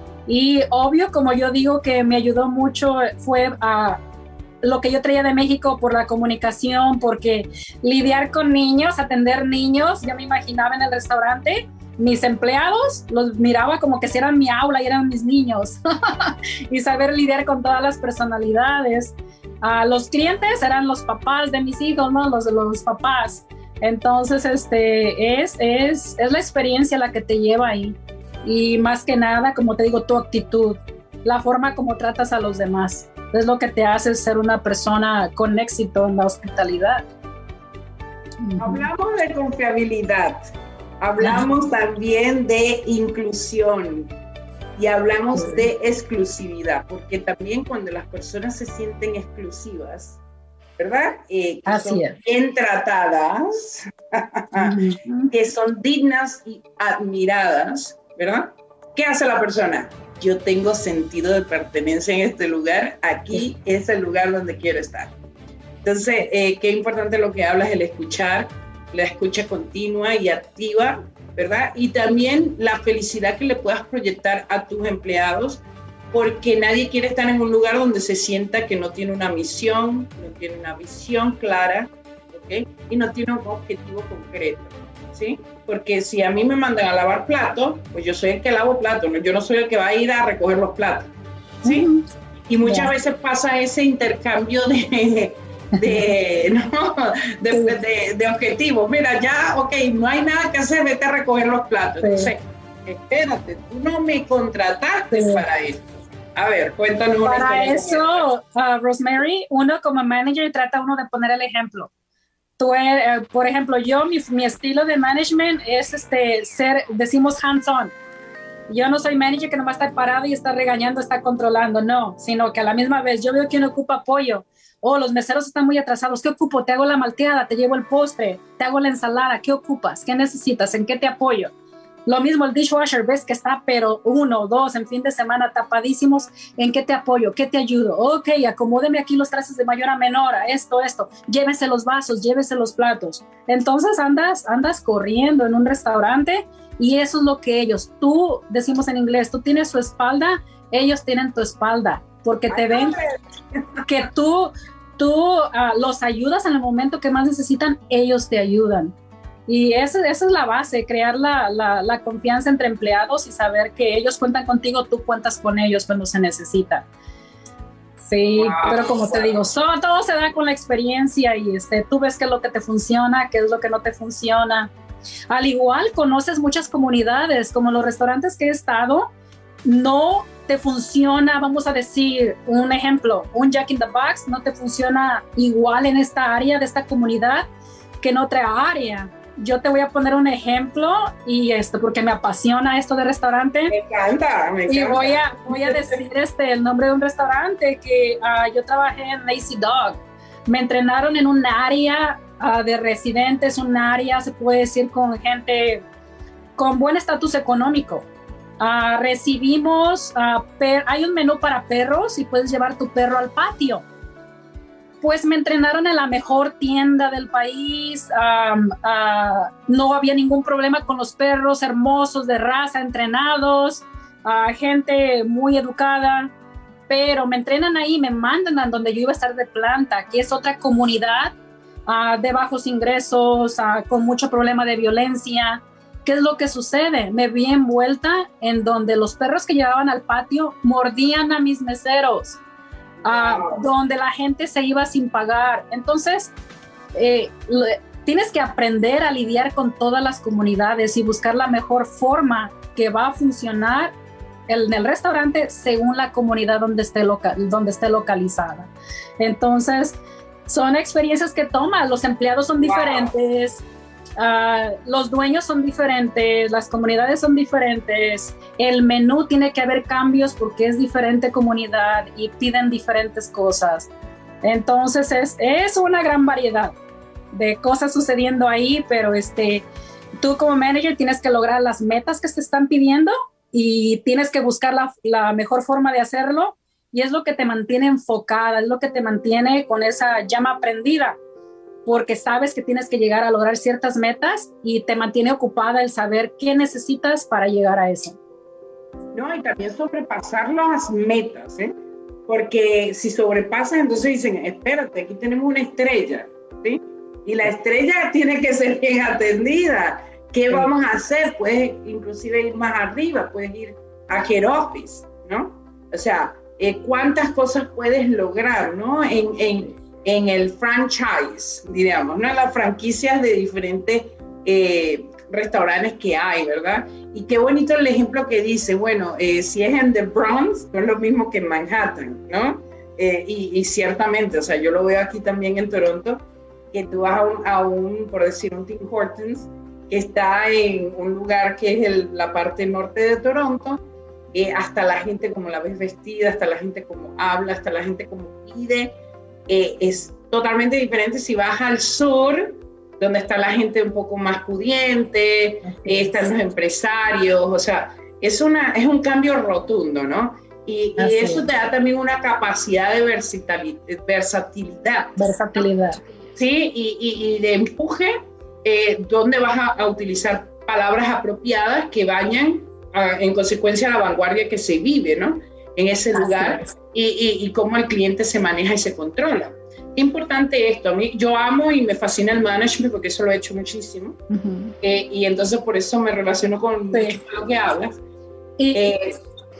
Y obvio, como yo digo, que me ayudó mucho fue a lo que yo traía de México por la comunicación, porque lidiar con niños, atender niños, yo me imaginaba en el restaurante, mis empleados los miraba como que si eran mi aula y eran mis niños. Y saber lidiar con todas las personalidades. Uh, los clientes eran los papás de mis hijos, ¿no? Los, los papás. Entonces, este, es, es, es la experiencia la que te lleva ahí. Y más que nada, como te digo, tu actitud, la forma como tratas a los demás. Es lo que te hace ser una persona con éxito en la hospitalidad. Hablamos de confiabilidad, hablamos también de inclusión y hablamos de exclusividad, porque también cuando las personas se sienten exclusivas, ¿verdad? Eh, que Así son es. bien tratadas, uh-huh. que son dignas y admiradas, ¿verdad? ¿Qué hace la persona? Yo tengo sentido de pertenencia en este lugar, aquí es el lugar donde quiero estar. Entonces, eh, qué importante lo que hablas, el escuchar, la escucha continua y activa, ¿verdad? Y también la felicidad que le puedas proyectar a tus empleados, porque nadie quiere estar en un lugar donde se sienta que no tiene una misión, no tiene una visión clara, ¿ok? Y no tiene un objetivo concreto, ¿sí? Porque si a mí me mandan a lavar platos, pues yo soy el que lavo platos, ¿no? Yo no soy el que va a ir a recoger los platos, ¿sí? Mm. Y muchas yeah. veces pasa ese intercambio de, de, ¿no? de, de, de objetivos. Mira, ya, ok, no hay nada que hacer, vete a recoger los platos. Sí. Entonces, espérate, tú no me contrataste sí. para eso. A ver, cuéntanos. Para eso, uh, Rosemary, uno como manager trata uno de poner el ejemplo. Tú, eh, por ejemplo, yo, mi, mi estilo de management es este, ser, decimos hands-on. Yo no soy manager que nomás está parado y está regañando, está controlando, no, sino que a la misma vez yo veo quién ocupa apoyo. Oh, los meseros están muy atrasados, ¿qué ocupo? Te hago la malteada, te llevo el postre, te hago la ensalada, ¿qué ocupas? ¿Qué necesitas? ¿En qué te apoyo? Lo mismo el dishwasher, ves que está, pero uno, dos, en fin de semana tapadísimos. ¿En qué te apoyo? ¿Qué te ayudo? Ok, acomódeme aquí los trastes de mayor a menor, a esto, esto. Llévese los vasos, llévese los platos. Entonces andas, andas corriendo en un restaurante y eso es lo que ellos, tú, decimos en inglés, tú tienes su espalda, ellos tienen tu espalda, porque te ven que tú, tú uh, los ayudas en el momento que más necesitan, ellos te ayudan. Y esa, esa es la base, crear la, la, la confianza entre empleados y saber que ellos cuentan contigo, tú cuentas con ellos cuando se necesita. Sí, wow. Pero como te digo, so, todo se da con la experiencia y este, tú ves qué es lo que te funciona, qué es lo que no te funciona. Al igual, conoces muchas comunidades, como los restaurantes que he estado, no te funciona, vamos a decir, un ejemplo, un Jack in the Box no te funciona igual en esta área de esta comunidad que en otra área. Yo te voy a poner un ejemplo y esto porque me apasiona esto de restaurante. Me encanta, me encanta. Y voy a, voy a decir este, el nombre de un restaurante que uh, yo trabajé en Lazy Dog. Me entrenaron en un área uh, de residentes, un área, se puede decir, con gente con buen estatus económico. Uh, recibimos, uh, per, hay un menú para perros y puedes llevar tu perro al patio. Pues me entrenaron en la mejor tienda del país, um, uh, no había ningún problema con los perros hermosos de raza, entrenados, uh, gente muy educada, pero me entrenan ahí, me mandan a donde yo iba a estar de planta, que es otra comunidad uh, de bajos ingresos, uh, con mucho problema de violencia. ¿Qué es lo que sucede? Me vi envuelta en donde los perros que llevaban al patio mordían a mis meseros. Uh, donde la gente se iba sin pagar. Entonces, eh, le, tienes que aprender a lidiar con todas las comunidades y buscar la mejor forma que va a funcionar en el restaurante según la comunidad donde esté, local, donde esté localizada. Entonces, son experiencias que tomas. Los empleados son diferentes. Wow. Uh, los dueños son diferentes, las comunidades son diferentes, el menú tiene que haber cambios porque es diferente comunidad y piden diferentes cosas. Entonces es, es una gran variedad de cosas sucediendo ahí, pero este, tú como manager tienes que lograr las metas que te están pidiendo y tienes que buscar la, la mejor forma de hacerlo y es lo que te mantiene enfocada, es lo que te mantiene con esa llama prendida. Porque sabes que tienes que llegar a lograr ciertas metas y te mantiene ocupada el saber qué necesitas para llegar a eso. No, y también sobrepasar las metas, ¿eh? Porque si sobrepasas, entonces dicen, espérate, aquí tenemos una estrella, ¿sí? Y la estrella tiene que ser bien atendida. ¿Qué sí. vamos a hacer? Puedes inclusive ir más arriba, puedes ir a Head Office, ¿no? O sea, eh, ¿cuántas cosas puedes lograr, ¿no? En... en en el franchise, diríamos, ¿no? En las franquicias de diferentes eh, restaurantes que hay, ¿verdad? Y qué bonito el ejemplo que dice, bueno, eh, si es en The Bronx, no es lo mismo que en Manhattan, ¿no? Eh, y, y ciertamente, o sea, yo lo veo aquí también en Toronto, que tú vas a un, a un por decir, un Tim Hortons, que está en un lugar que es el, la parte norte de Toronto, eh, hasta la gente como la ves vestida, hasta la gente como habla, hasta la gente como pide, Eh, es totalmente diferente si vas al sur, donde está la gente un poco más pudiente, eh, están los empresarios, o sea, es, una, es un cambio rotundo, ¿no? Y, y eso te da también una capacidad de versatilidad. Versatilidad. Versatilidad. Sí, y, y, y de empuje, eh, donde vas a, a utilizar palabras apropiadas que vayan a, en consecuencia a la vanguardia que se vive, ¿no? En ese lugar y, y, y cómo el cliente se maneja y se controla. Importante esto, a mí, yo amo y me fascina el management porque eso lo he hecho muchísimo uh-huh. eh, y entonces por eso me relaciono con sí. lo que hablas. Y, eh,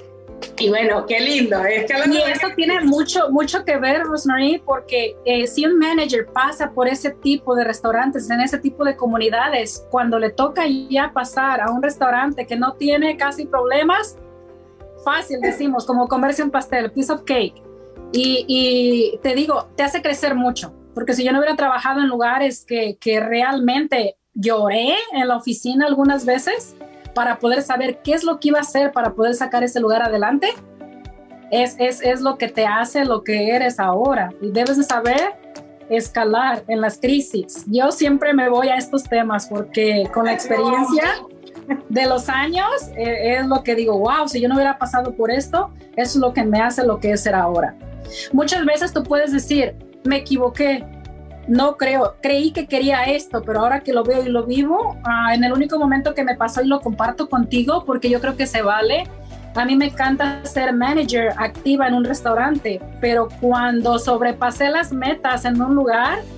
y bueno, qué lindo. Es que y eso que... tiene mucho, mucho que ver, Rosemary, porque eh, si un manager pasa por ese tipo de restaurantes, en ese tipo de comunidades, cuando le toca ya pasar a un restaurante que no tiene casi problemas, fácil, decimos, como comerse un pastel, piece of cake. Y, y te digo, te hace crecer mucho, porque si yo no hubiera trabajado en lugares que, que realmente lloré en la oficina algunas veces para poder saber qué es lo que iba a hacer para poder sacar ese lugar adelante, es, es, es lo que te hace lo que eres ahora. Y debes de saber escalar en las crisis. Yo siempre me voy a estos temas porque con la experiencia de los años eh, es lo que digo, wow, si yo no hubiera pasado por esto, eso es lo que me hace lo que es ser ahora. Muchas veces tú puedes decir, me equivoqué, no creo, creí que quería esto, pero ahora que lo veo y lo vivo, uh, en el único momento que me pasó y lo comparto contigo, porque yo creo que se vale. A mí me encanta ser manager activa en un restaurante, pero cuando sobrepasé las metas en un lugar,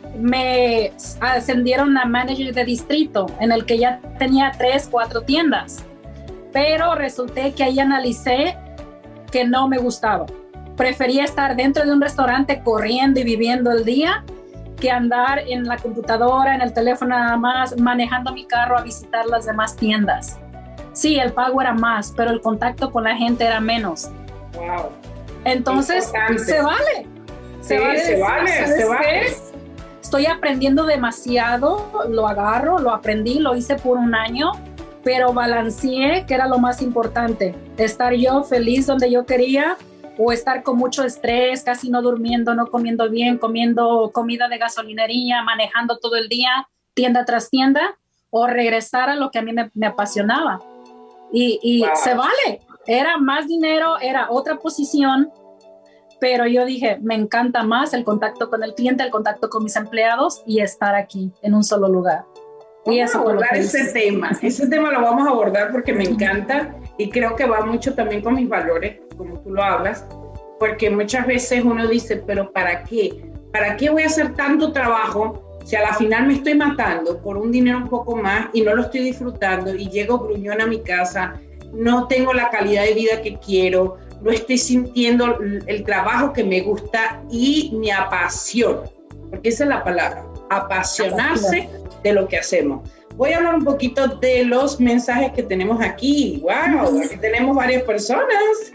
me ascendieron a manager de distrito, en el que ya tenía tres, cuatro tiendas. Pero resulté que ahí analicé que no me gustaba. Prefería estar dentro de un restaurante corriendo y viviendo el día que andar en la computadora, en el teléfono nada más, manejando mi carro a visitar las demás tiendas. Sí, el pago era más, pero el contacto con la gente era menos. Wow. Entonces, se vale. Se sí, vale. Se vale, se vale. Estoy aprendiendo demasiado, lo agarro, lo aprendí, lo hice por un año, pero balanceé, que era lo más importante. Estar yo feliz donde yo quería, o estar con mucho estrés, casi no durmiendo, no comiendo bien, comiendo comida de gasolinería, manejando todo el día, tienda tras tienda, o regresar a lo que a mí me, me apasionaba. Y, y wow. Se vale. Era más dinero, era otra posición, pero yo dije, me encanta más el contacto con el cliente, el contacto con mis empleados y estar aquí en un solo lugar. Vamos y eso a abordar ese hice. tema. Ese tema lo vamos a abordar porque me encanta y creo que va mucho también con mis valores, como tú lo hablas, porque muchas veces uno dice, pero ¿para qué? ¿Para qué voy a hacer tanto trabajo si a la final me estoy matando por un dinero un poco más y no lo estoy disfrutando y llego gruñón a mi casa, no tengo la calidad de vida que quiero, no estoy sintiendo el trabajo que me gusta y me apasiona? Porque esa es la palabra, apasionarse de lo que hacemos. Voy a hablar un poquito de los mensajes que tenemos aquí. ¡Wow! Aquí tenemos varias personas.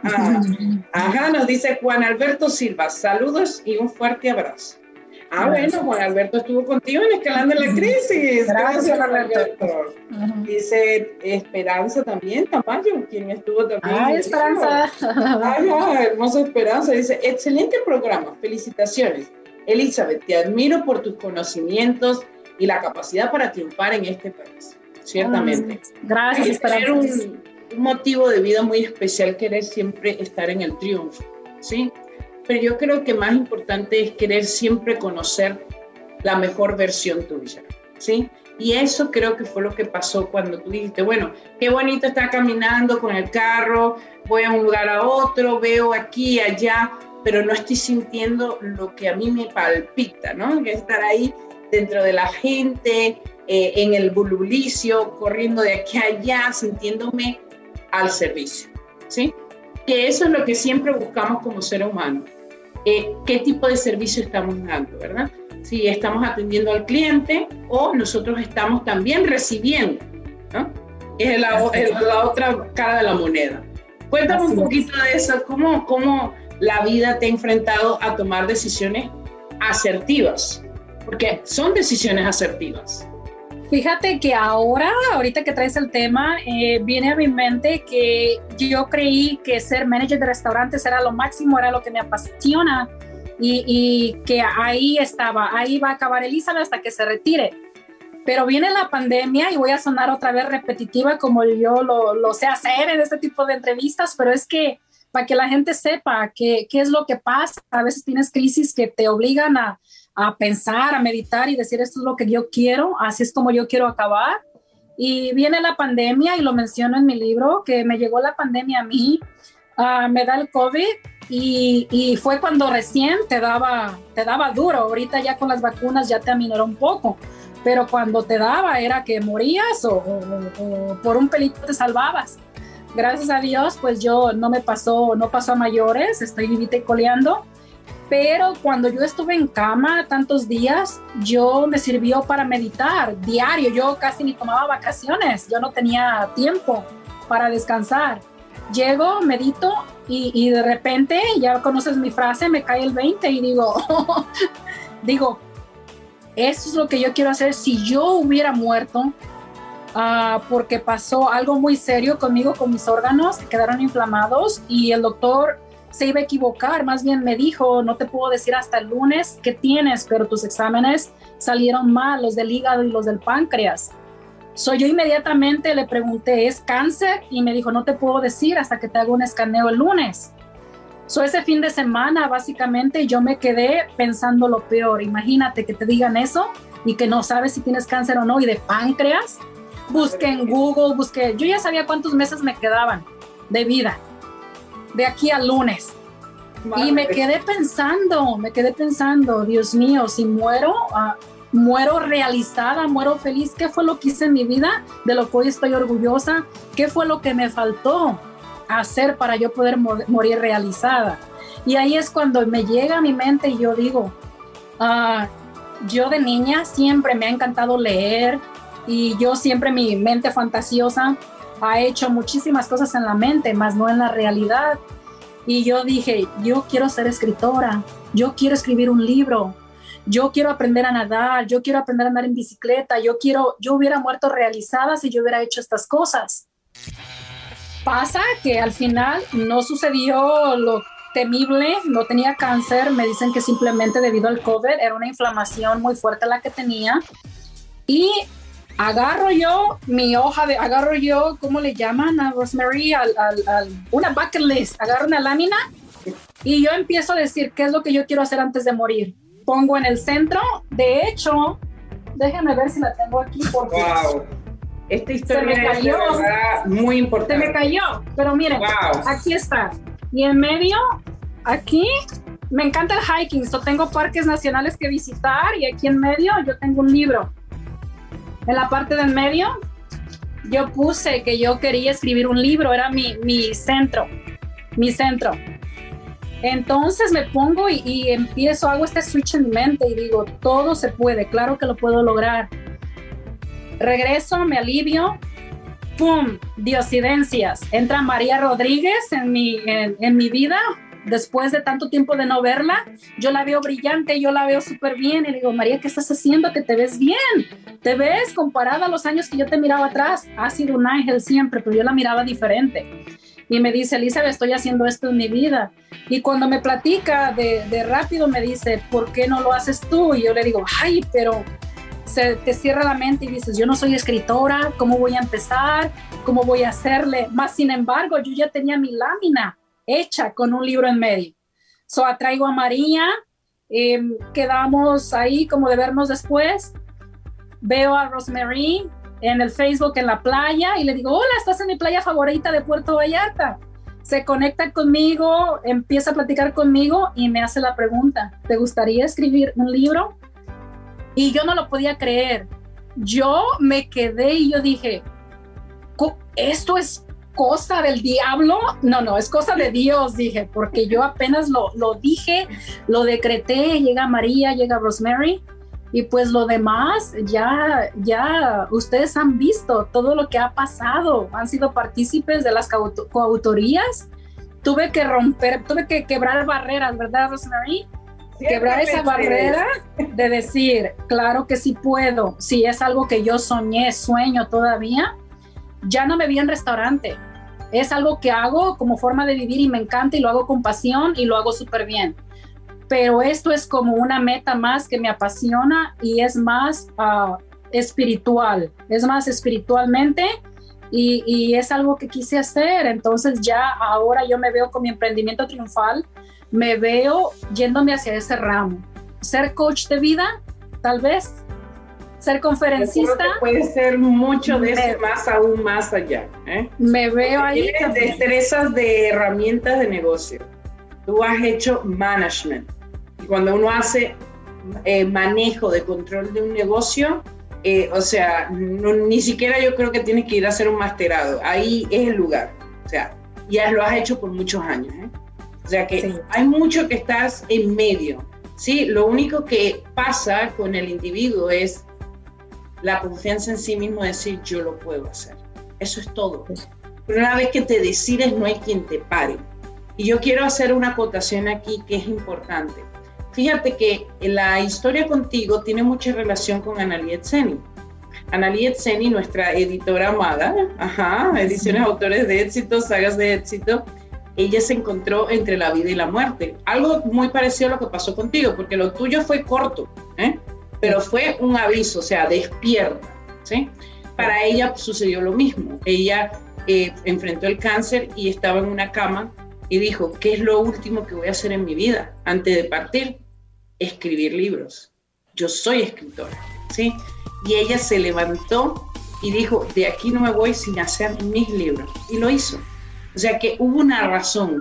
Ajá, nos dice Juan Alberto Silva, saludos y un fuerte abrazo. Ah, bueno, Juan Alberto estuvo contigo en Escalando la Crisis. Gracias, Gracias Alberto. Uh-huh. Dice Esperanza también, Tamayo, quien estuvo también. Ay, Esperanza. Ay, ay, hermosa Esperanza. Dice, excelente programa, felicitaciones. Elizabeth, te admiro por tus conocimientos y la capacidad para triunfar en este país. Ciertamente. Mm, gracias, Esperanza. Un, un motivo de vida muy especial, querer siempre estar en el triunfo, ¿sí? Pero yo creo que más importante es querer siempre conocer la mejor versión tuya, ¿sí? Y eso creo que fue lo que pasó cuando tú dijiste, bueno, qué bonito estar caminando con el carro, voy a un lugar a otro, veo aquí, allá, pero no estoy sintiendo lo que a mí me palpita, ¿no? Que estar ahí dentro de la gente, eh, en el bullicio, corriendo de aquí a allá, sintiéndome al servicio, ¿sí? Que eso es lo que siempre buscamos como ser humano. Eh, ¿Qué tipo de servicio estamos dando, verdad? Si estamos atendiendo al cliente o nosotros estamos también recibiendo, ¿no? Es la, es la otra cara de la moneda. Cuéntame Así un poquito es. de eso, ¿cómo, cómo la vida te ha enfrentado a tomar decisiones asertivas? Porque son decisiones asertivas. Fíjate que ahora, ahorita que traes el tema, eh, viene a mi mente que yo creí que ser manager de restaurantes era lo máximo, era lo que me apasiona y, y que ahí estaba, ahí va a acabar Elizabeth hasta que se retire. Pero viene la pandemia y voy a sonar otra vez repetitiva como yo lo, lo sé hacer en este tipo de entrevistas, pero es que para que la gente sepa qué es lo que pasa, a veces tienes crisis que te obligan a a pensar, a meditar y decir esto es lo que yo quiero, así es como yo quiero acabar. Y viene la pandemia y lo menciono en mi libro, que me llegó la pandemia a mí, uh, me da el COVID y, y fue cuando recién te daba, te daba duro. Ahorita ya con las vacunas ya te aminoró un poco, pero cuando te daba era que morías o, o, o por un pelito te salvabas. Gracias a Dios, pues yo no me pasó, no pasó a mayores, estoy vivita y coleando. Pero cuando yo estuve en cama tantos días, yo me sirvió para meditar diario. Yo casi ni tomaba vacaciones, yo no tenía tiempo para descansar. Llego, medito y, y de repente, ya conoces mi frase, me cae el veinte y digo, digo, eso es lo que yo quiero hacer. Si yo hubiera muerto, uh, porque pasó algo muy serio conmigo, con mis órganos que quedaron inflamados y el doctor se iba a equivocar, más bien me dijo, no te puedo decir hasta el lunes qué tienes, pero tus exámenes salieron mal, los del hígado y los del páncreas. So, yo inmediatamente le pregunté, ¿es cáncer? Y me dijo, no te puedo decir hasta que te haga un escaneo el lunes. So, ese fin de semana, básicamente, yo me quedé pensando lo peor. Imagínate que te digan eso y que no sabes si tienes cáncer o no, y de páncreas. Busqué en Google, busqué, yo ya sabía cuántos meses me quedaban de vida de aquí al lunes. Y me quedé pensando, me quedé pensando, Dios mío, si muero, uh, muero realizada, muero feliz. ¿Qué fue lo que hice en mi vida? De lo que hoy estoy orgullosa. ¿Qué fue lo que me faltó hacer para yo poder mo- morir realizada? Y ahí es cuando me llega a mi mente y yo digo, uh, yo de niña siempre me ha encantado leer y yo siempre mi mente fantasiosa ha hecho muchísimas cosas en la mente, más no en la realidad. Y yo dije, yo quiero ser escritora, yo quiero escribir un libro, yo quiero aprender a nadar, yo quiero aprender a andar en bicicleta, yo quiero, yo hubiera muerto realizada si yo hubiera hecho estas cosas. Pasa que al final no sucedió lo temible, no tenía cáncer, me dicen que simplemente debido al COVID era una inflamación muy fuerte la que tenía. Y agarro yo mi hoja de, agarro yo, ¿cómo le llaman a Rosemary? Al, al, al, una bucket list, agarro una lámina y yo empiezo a decir qué es lo que yo quiero hacer antes de morir. Pongo en el centro, de hecho, déjenme ver si la tengo aquí porque... Wow. Esta historia se me cayó. es de verdad muy importante. Se me cayó, pero miren, wow. Aquí está. Y en medio, aquí, me encanta el hiking, so tengo parques nacionales que visitar y aquí en medio yo tengo un libro. En la parte del medio, yo puse que yo quería escribir un libro, era mi, mi centro, mi centro. Entonces me pongo y, y empiezo, hago este switch en mi mente y digo, todo se puede, claro que lo puedo lograr. Regreso, me alivio, ¡pum! Diosidencias. Entra María Rodríguez en mi, en, en mi vida. Después de tanto tiempo de no verla, yo la veo brillante, yo la veo súper bien y le digo, María, ¿qué estás haciendo? Que te ves bien, te ves comparada a los años que yo te miraba atrás, has sido un ángel siempre, pero yo la miraba diferente. Y me dice, Elizabeth, estoy haciendo esto en mi vida. Y cuando me platica de, de rápido, me dice, ¿por qué no lo haces tú? Y yo le digo, ay, pero se te cierra la mente y dices, yo no soy escritora, ¿cómo voy a empezar? ¿Cómo voy a hacerle? Más sin embargo, yo ya tenía mi lámina hecha con un libro en medio. So, atraigo a María, eh, quedamos ahí como de vernos después, veo a Rosemary en el Facebook en la playa y le digo, hola, estás en mi playa favorita de Puerto Vallarta. Se conecta conmigo, empieza a platicar conmigo y me hace la pregunta, ¿te gustaría escribir un libro? Y yo no lo podía creer. Yo me quedé y yo dije, ¿esto es cosa del diablo? No, no, es cosa de Dios, dije, porque yo apenas lo, lo dije, lo decreté, llega María, llega Rosemary, y pues lo demás, ya, ya ustedes han visto todo lo que ha pasado, han sido partícipes de las coauto- coautorías, tuve que romper, tuve que quebrar barreras, ¿verdad, Rosemary? Quebrar esa barrera de decir, claro que sí puedo, si es algo que yo soñé, sueño todavía. Ya no me vi en restaurante, es algo que hago como forma de vivir y me encanta y lo hago con pasión y lo hago súper bien, pero esto es como una meta más que me apasiona y es más uh, espiritual, es más espiritualmente y, y es algo que quise hacer. Entonces ya ahora yo me veo con mi emprendimiento triunfal, me veo yéndome hacia ese ramo, ser coach de vida, tal vez ser conferencista. Puede ser mucho de eso, más aún más allá. ¿eh? Me veo ahí. Tienes destrezas de herramientas de negocio. Tú has hecho management. Y cuando uno hace eh, manejo de control de un negocio, eh, o sea, no, ni siquiera yo creo que tienes que ir a hacer un masterado. Ahí es el lugar. O sea, ya lo has hecho por muchos años. ¿eh? O sea que sí. Hay mucho que estás en medio. Sí, lo único que pasa con el individuo es la confianza en sí mismo, decir yo lo puedo hacer. Eso es todo. Pero una vez que te decides, no hay quien te pare. Y yo quiero hacer una acotación aquí que es importante. Fíjate que la historia contigo tiene mucha relación con Analí Etzeni. Analí Etzeni, nuestra editora amada, ajá, ediciones sí. Autores de éxito, sagas de éxito, ella se encontró entre la vida y la muerte. Algo muy parecido a lo que pasó contigo, porque lo tuyo fue corto, ¿eh? Pero fue un aviso, o sea, despierta, ¿sí? Para ella sucedió lo mismo. Ella eh, enfrentó el cáncer y estaba en una cama y dijo, ¿qué es lo último que voy a hacer en mi vida antes de partir? Escribir libros. Yo soy escritora, ¿sí? Y ella se levantó y dijo, de aquí no me voy sin hacer mis libros. Y lo hizo. O sea que hubo una razón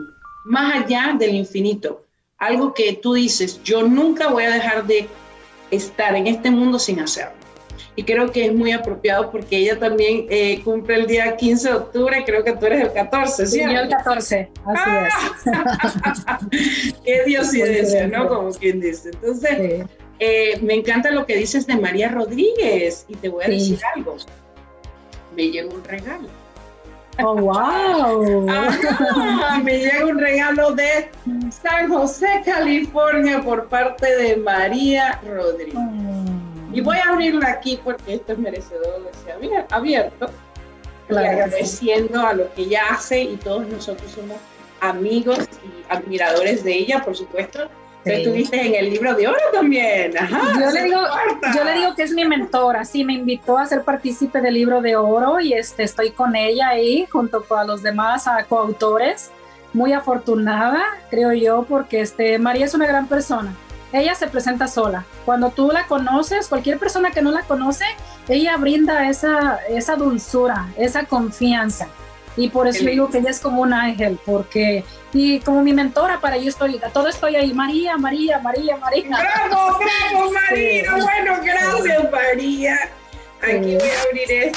más allá del infinito. Algo que tú dices, yo nunca voy a dejar de estar en este mundo sin hacerlo. Y creo que es muy apropiado porque ella también eh, cumple el día quince de octubre, creo que tú eres el catorce, ¿sí? Sí, yo el catorce, así ¡Ah! Es. Qué diosidencia, ¿no? Como quien dice. Entonces, sí. eh, me encanta lo que dices de María Rodríguez y te voy a sí. decir algo. Me llegó un regalo. ¡Oh, wow! Ajá, me llega un regalo de San José, California, por parte de María Rodríguez. Oh. Y voy a abrirla aquí porque esto es merecedor de ser abierto. Claro, y agradeciendo sí. a lo que ella hace, y todos nosotros somos amigos y admiradores de ella, por supuesto. Sí. Tú estuviste en el libro de oro también. Ajá, yo, le digo, yo le digo que es mi mentora, sí, me invitó a ser partícipe del libro de oro y este, estoy con ella ahí junto con los demás a, coautores. Muy afortunada, creo yo, porque este, María es una gran persona. Ella se presenta sola. Cuando tú la conoces, cualquier persona que no la conoce, ella brinda esa, esa dulzura, esa confianza. Y por eso digo que ella es como un ángel, porque, y como mi mentora, para yo estoy, todo estoy ahí, María, María, María, María. ¡Bravo, bravo, María! Sí. Bueno, gracias, María. Aquí sí. voy a abrir esto.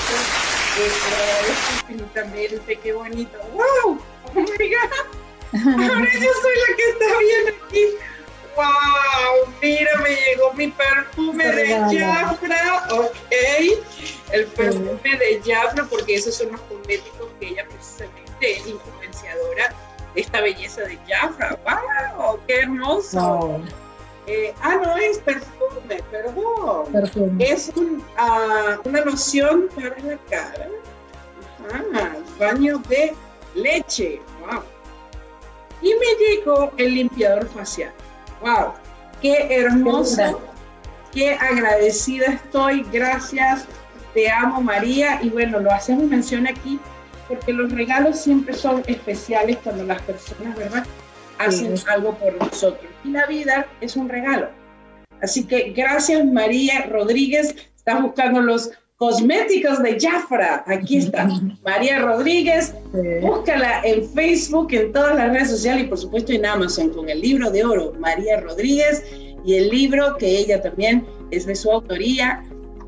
Eh, infinitamente, qué bonito. ¡Wow! ¡Oh, my God! Ahora yo soy la que está viendo aquí. ¡Wow! Mira, me llegó mi perfume de Jafra, ok. El perfume de Jafra, porque esos son los cosméticos que ella precisamente es influenciadora de esta belleza de Jafra. ¡Wow! ¡Qué hermoso! Wow. Eh, ah, no es perfume, perdón. Perfume. Es un, uh, una loción para la cara. Ajá, baño de leche. ¡Wow! Y me llegó el limpiador facial. ¡Wow! ¡Qué hermoso! ¡Qué agradecida estoy! Gracias, te amo, María. Y bueno, lo hacemos mención aquí porque los regalos siempre son especiales cuando las personas, ¿verdad?, hacen sí. algo por nosotros. Y la vida es un regalo. Así que gracias, María Rodríguez. Estás buscando los cosméticos de Jafra. Aquí está, María Rodríguez. Sí. Búscala en Facebook, en todas las redes sociales y por supuesto en Amazon con el libro de oro, María Rodríguez, y el libro que ella también es de su autoría.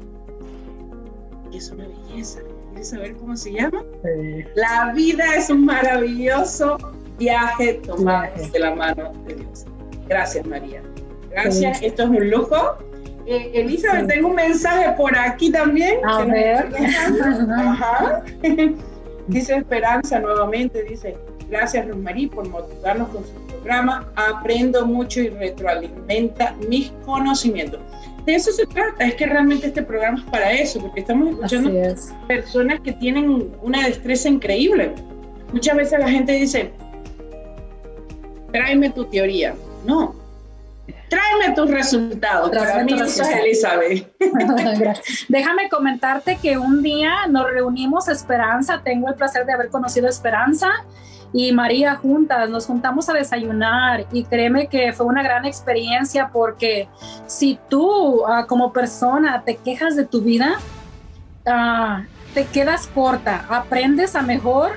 Es una belleza. ¿Quieres saber cómo se llama? Sí. La vida es un maravilloso viaje tomado sí. de la mano de Dios. Gracias, María. Gracias. Sí. Esto es un lujo. Eh, Elizabeth, sí. tengo un mensaje por aquí también. A ver. Ajá. Dice Esperanza nuevamente, dice, gracias Rosmarie por motivarnos con su programa. Aprendo mucho y retroalimenta mis conocimientos. De eso se trata, es que realmente este programa es para eso, porque estamos escuchando personas que tienen una destreza increíble. Muchas veces la gente dice, tráeme tu teoría. No. Tráeme tus resultados. Tráeme Para mí eso es Elizabeth. Déjame comentarte que un día nos reunimos, Esperanza, tengo el placer de haber conocido a Esperanza y María juntas, nos juntamos a desayunar y créeme que fue una gran experiencia porque si tú uh, como persona te quejas de tu vida, uh, te quedas corta, aprendes a mejor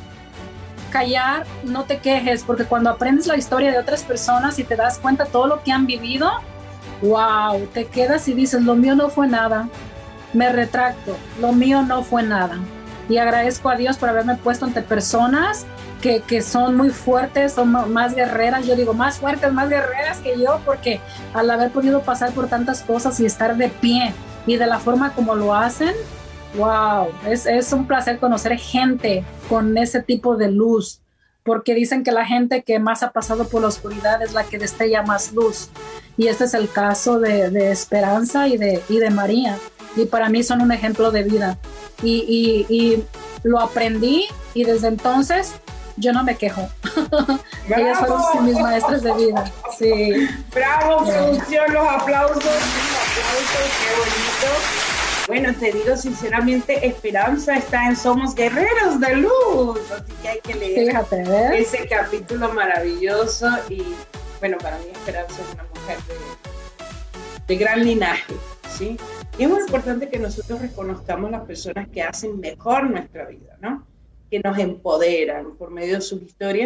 callar, no te quejes, porque cuando aprendes la historia de otras personas y te das cuenta de todo lo que han vivido, wow, te quedas y dices, lo mío no fue nada, me retracto, lo mío no fue nada. Y agradezco a Dios por haberme puesto ante personas que, que son muy fuertes, son más guerreras, yo digo más fuertes, más guerreras que yo, porque al haber podido pasar por tantas cosas y estar de pie y de la forma como lo hacen, wow, es, es un placer conocer gente con ese tipo de luz, porque dicen que la gente que más ha pasado por la oscuridad es la que destella más luz, y este es el caso de, de Esperanza y de, y de María, y para mí son un ejemplo de vida, y, y, y lo aprendí, y desde entonces yo no me quejo. Ellas fueron mis maestras de vida. Sí. Bravo, producción, los aplausos, los aplausos, qué bonito. Bueno, te digo sinceramente, Esperanza está en Somos Guerreros de Luz, así que hay que leer Fíjate, ¿ves? ese capítulo maravilloso. Y bueno, para mí Esperanza es una mujer de, de gran linaje, ¿sí? Y es muy importante que nosotros reconozcamos las personas que hacen mejor nuestra vida, ¿no? Que nos empoderan por medio de sus historias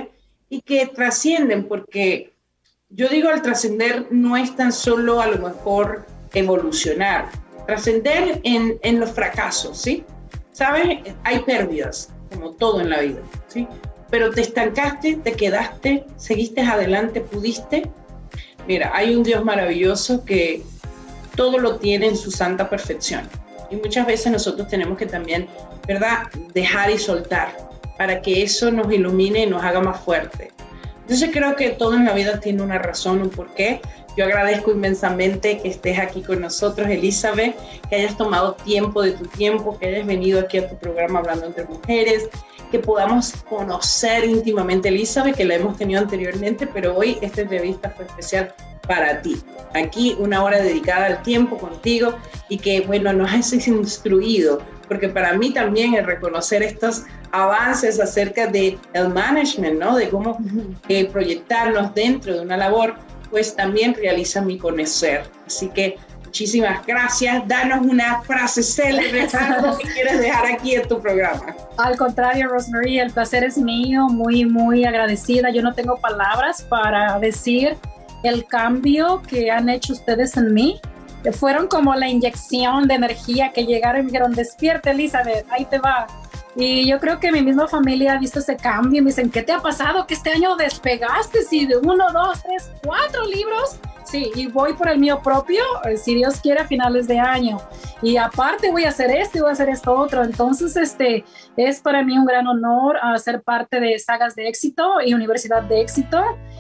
y que trascienden, porque yo digo el trascender no es tan solo a lo mejor evolucionar, trascender en, en los fracasos, ¿sí? ¿Sabes? Hay pérdidas, como todo en la vida, ¿sí? Pero te estancaste, te quedaste, seguiste adelante, pudiste. Mira, hay un Dios maravilloso que todo lo tiene en su santa perfección. Y muchas veces nosotros tenemos que también, ¿verdad?, dejar y soltar para que eso nos ilumine y nos haga más fuerte. Entonces creo que todo en la vida tiene una razón, un porqué. Yo agradezco inmensamente que estés aquí con nosotros, Elizabeth, que hayas tomado tiempo de tu tiempo, que hayas venido aquí a tu programa Hablando Entre Mujeres, que podamos conocer íntimamente a Elizabeth, que la hemos tenido anteriormente, pero hoy esta entrevista fue especial para ti. Aquí una hora dedicada al tiempo contigo y que, bueno, nos has instruido, porque para mí también el reconocer estos avances acerca del management, ¿no? De cómo eh, proyectarnos dentro de una labor, pues también realiza mi conocer. Así que muchísimas gracias. Danos una frase célebre, algo que quieres dejar aquí en tu programa. Al contrario, Rosemary, el placer es mío, muy, muy agradecida. Yo no tengo palabras para decir el cambio que han hecho ustedes en mí. Fueron como la inyección de energía que llegaron y me dijeron, despierta, Elizabeth, ahí te va. Y yo creo que mi misma familia ha visto ese cambio. Me dicen, ¿qué te ha pasado? Que este año despegaste, sí, de uno, dos, tres, cuatro libros. Sí, y voy por el mío propio, si Dios quiere, a finales de año. Y aparte voy a hacer esto y voy a hacer esto otro. Entonces, este, es para mí un gran honor uh, ser parte de Sagas de Éxito y Universidad de Éxito.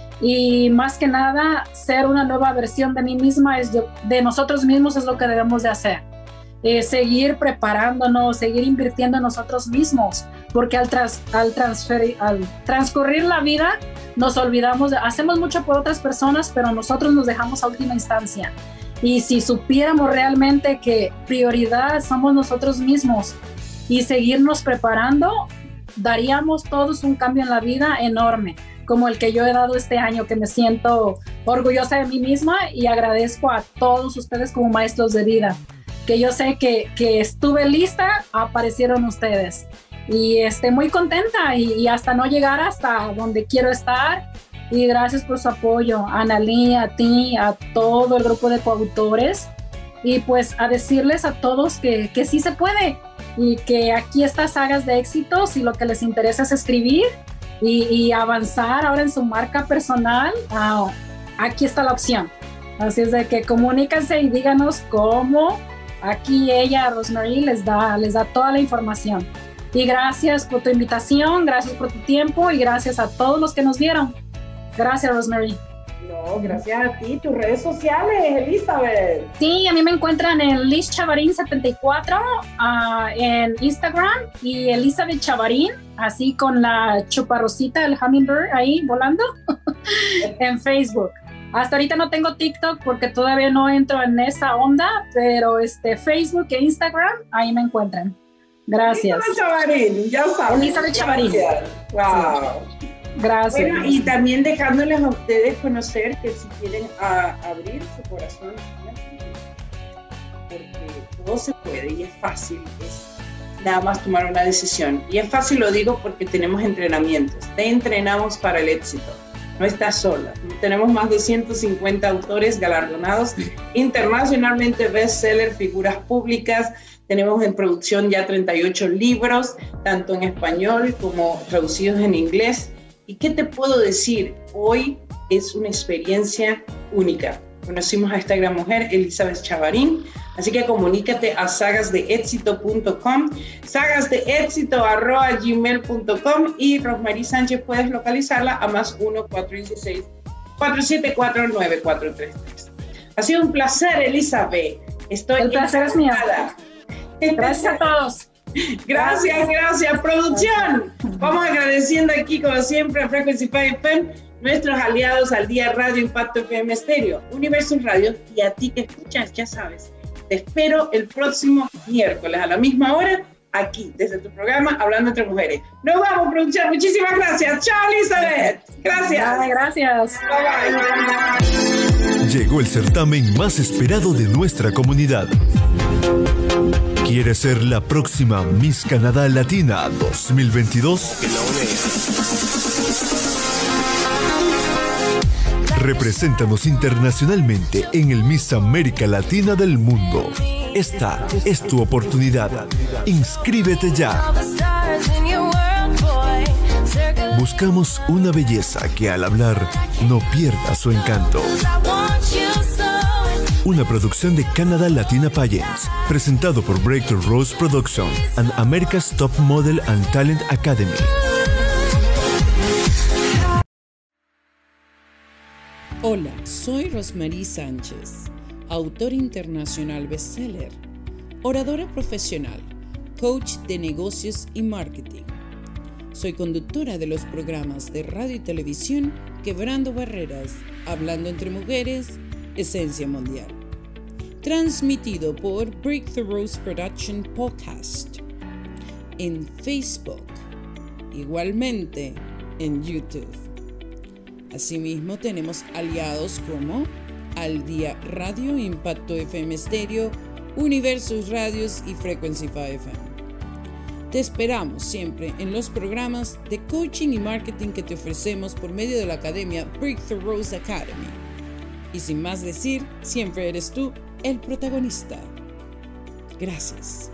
Y más que nada, ser una nueva versión de mí misma, es de, de nosotros mismos, es lo que debemos de hacer. Eh, seguir preparándonos, seguir invirtiendo en nosotros mismos, porque al, tras, al, transferir, al transcurrir la vida nos olvidamos, de, hacemos mucho por otras personas, pero nosotros nos dejamos a última instancia. Y si supiéramos realmente que prioridad somos nosotros mismos y seguirnos preparando, daríamos todos un cambio en la vida enorme, como el que yo he dado este año, que me siento orgullosa de mí misma y agradezco a todos ustedes como maestros de vida, que yo sé que, que estuve lista, aparecieron ustedes. Y estoy muy contenta y, y hasta no llegar hasta donde quiero estar. Y gracias por su apoyo, a Analí, a ti, a todo el grupo de coautores. Y pues a decirles a todos que, que sí se puede y que aquí está Sagas de Éxito, si lo que les interesa es escribir y, y avanzar ahora en su marca personal, uh, aquí está la opción. Así es de que comuníquense y díganos cómo. Aquí ella, Rosemary, les da, les da toda la información. Y gracias por tu invitación, gracias por tu tiempo y gracias a todos los que nos vieron. Gracias, Rosemary. No, gracias a ti. Tus redes sociales, Elizabeth. Sí, a mí me encuentran en Liz Chavarín setenta y cuatro uh, en Instagram y Elizabeth Chavarín, así con la chuparrosita, el hummingbird ahí volando, en Facebook. Hasta ahorita no tengo TikTok porque todavía no entro en esa onda, pero este, Facebook e Instagram, ahí me encuentran. Gracias. Elizabeth Chavarín, ya sabes. Elizabeth Chavarín. Wow. Sí. Gracias. Bueno, y también dejándoles a ustedes conocer que si quieren a, abrir su corazón, porque todo se puede y es fácil, es nada más tomar una decisión. Y es fácil, lo digo porque tenemos entrenamientos, te entrenamos para el éxito. No estás sola. Tenemos más de ciento cincuenta autores galardonados internacionalmente, bestseller, figuras públicas. Tenemos en producción ya treinta y ocho libros, tanto en español como traducidos en inglés. ¿Y qué te puedo decir? Hoy es una experiencia única. Conocimos a esta gran mujer, Elizabeth Chavarín, así que comunícate a sagas de éxito punto com, sagas de éxito arroba gmail punto com y Rosemary Sánchez puedes localizarla a más uno cuatro uno seis, cuatro siete cuatro, nueve cuatro tres tres. Ha sido un placer, Elizabeth. Estoy El placer es mío. Gracias a todos. Gracias, gracias. Producción. Vamos agradeciendo aquí, como siempre, a Frequency Five F M, nuestros aliados al día Radio Impacto F M Estéreo, Universo Radio, y a ti que escuchas, ya sabes, te espero el próximo miércoles a la misma hora, aquí, desde tu programa Hablando Entre Mujeres. Nos vamos, producción. Muchísimas gracias. Chao, Elizabeth. Gracias. Ay, gracias. Bye, bye. Llegó el certamen más esperado de nuestra comunidad. ¿Quieres ser la próxima Miss Canadá Latina dos mil veintidós? Represéntanos internacionalmente en el Miss América Latina del mundo. Esta es tu oportunidad. Inscríbete ya. Buscamos una belleza que al hablar no pierda su encanto. Una producción de Canada Latina Pageants, presentado por Breakthrough Rose Production and America's Top Model and Talent Academy. Hola, soy Rosmarie Sánchez, autora internacional bestseller, oradora profesional, coach de negocios y marketing. Soy conductora de los programas de radio y televisión Quebrando Barreras, Hablando entre Mujeres, Esencia Mundial. Transmitido por Breakthrough Rose Production Podcast en Facebook, igualmente en YouTube. Asimismo, tenemos aliados como Al Día Radio, Impacto F M Stereo, Universus Radios y Frequencify F M. Te esperamos siempre en los programas de coaching y marketing que te ofrecemos por medio de la Academia Breakthrough Rose Academy. Y sin más decir, siempre eres tú el protagonista. Gracias.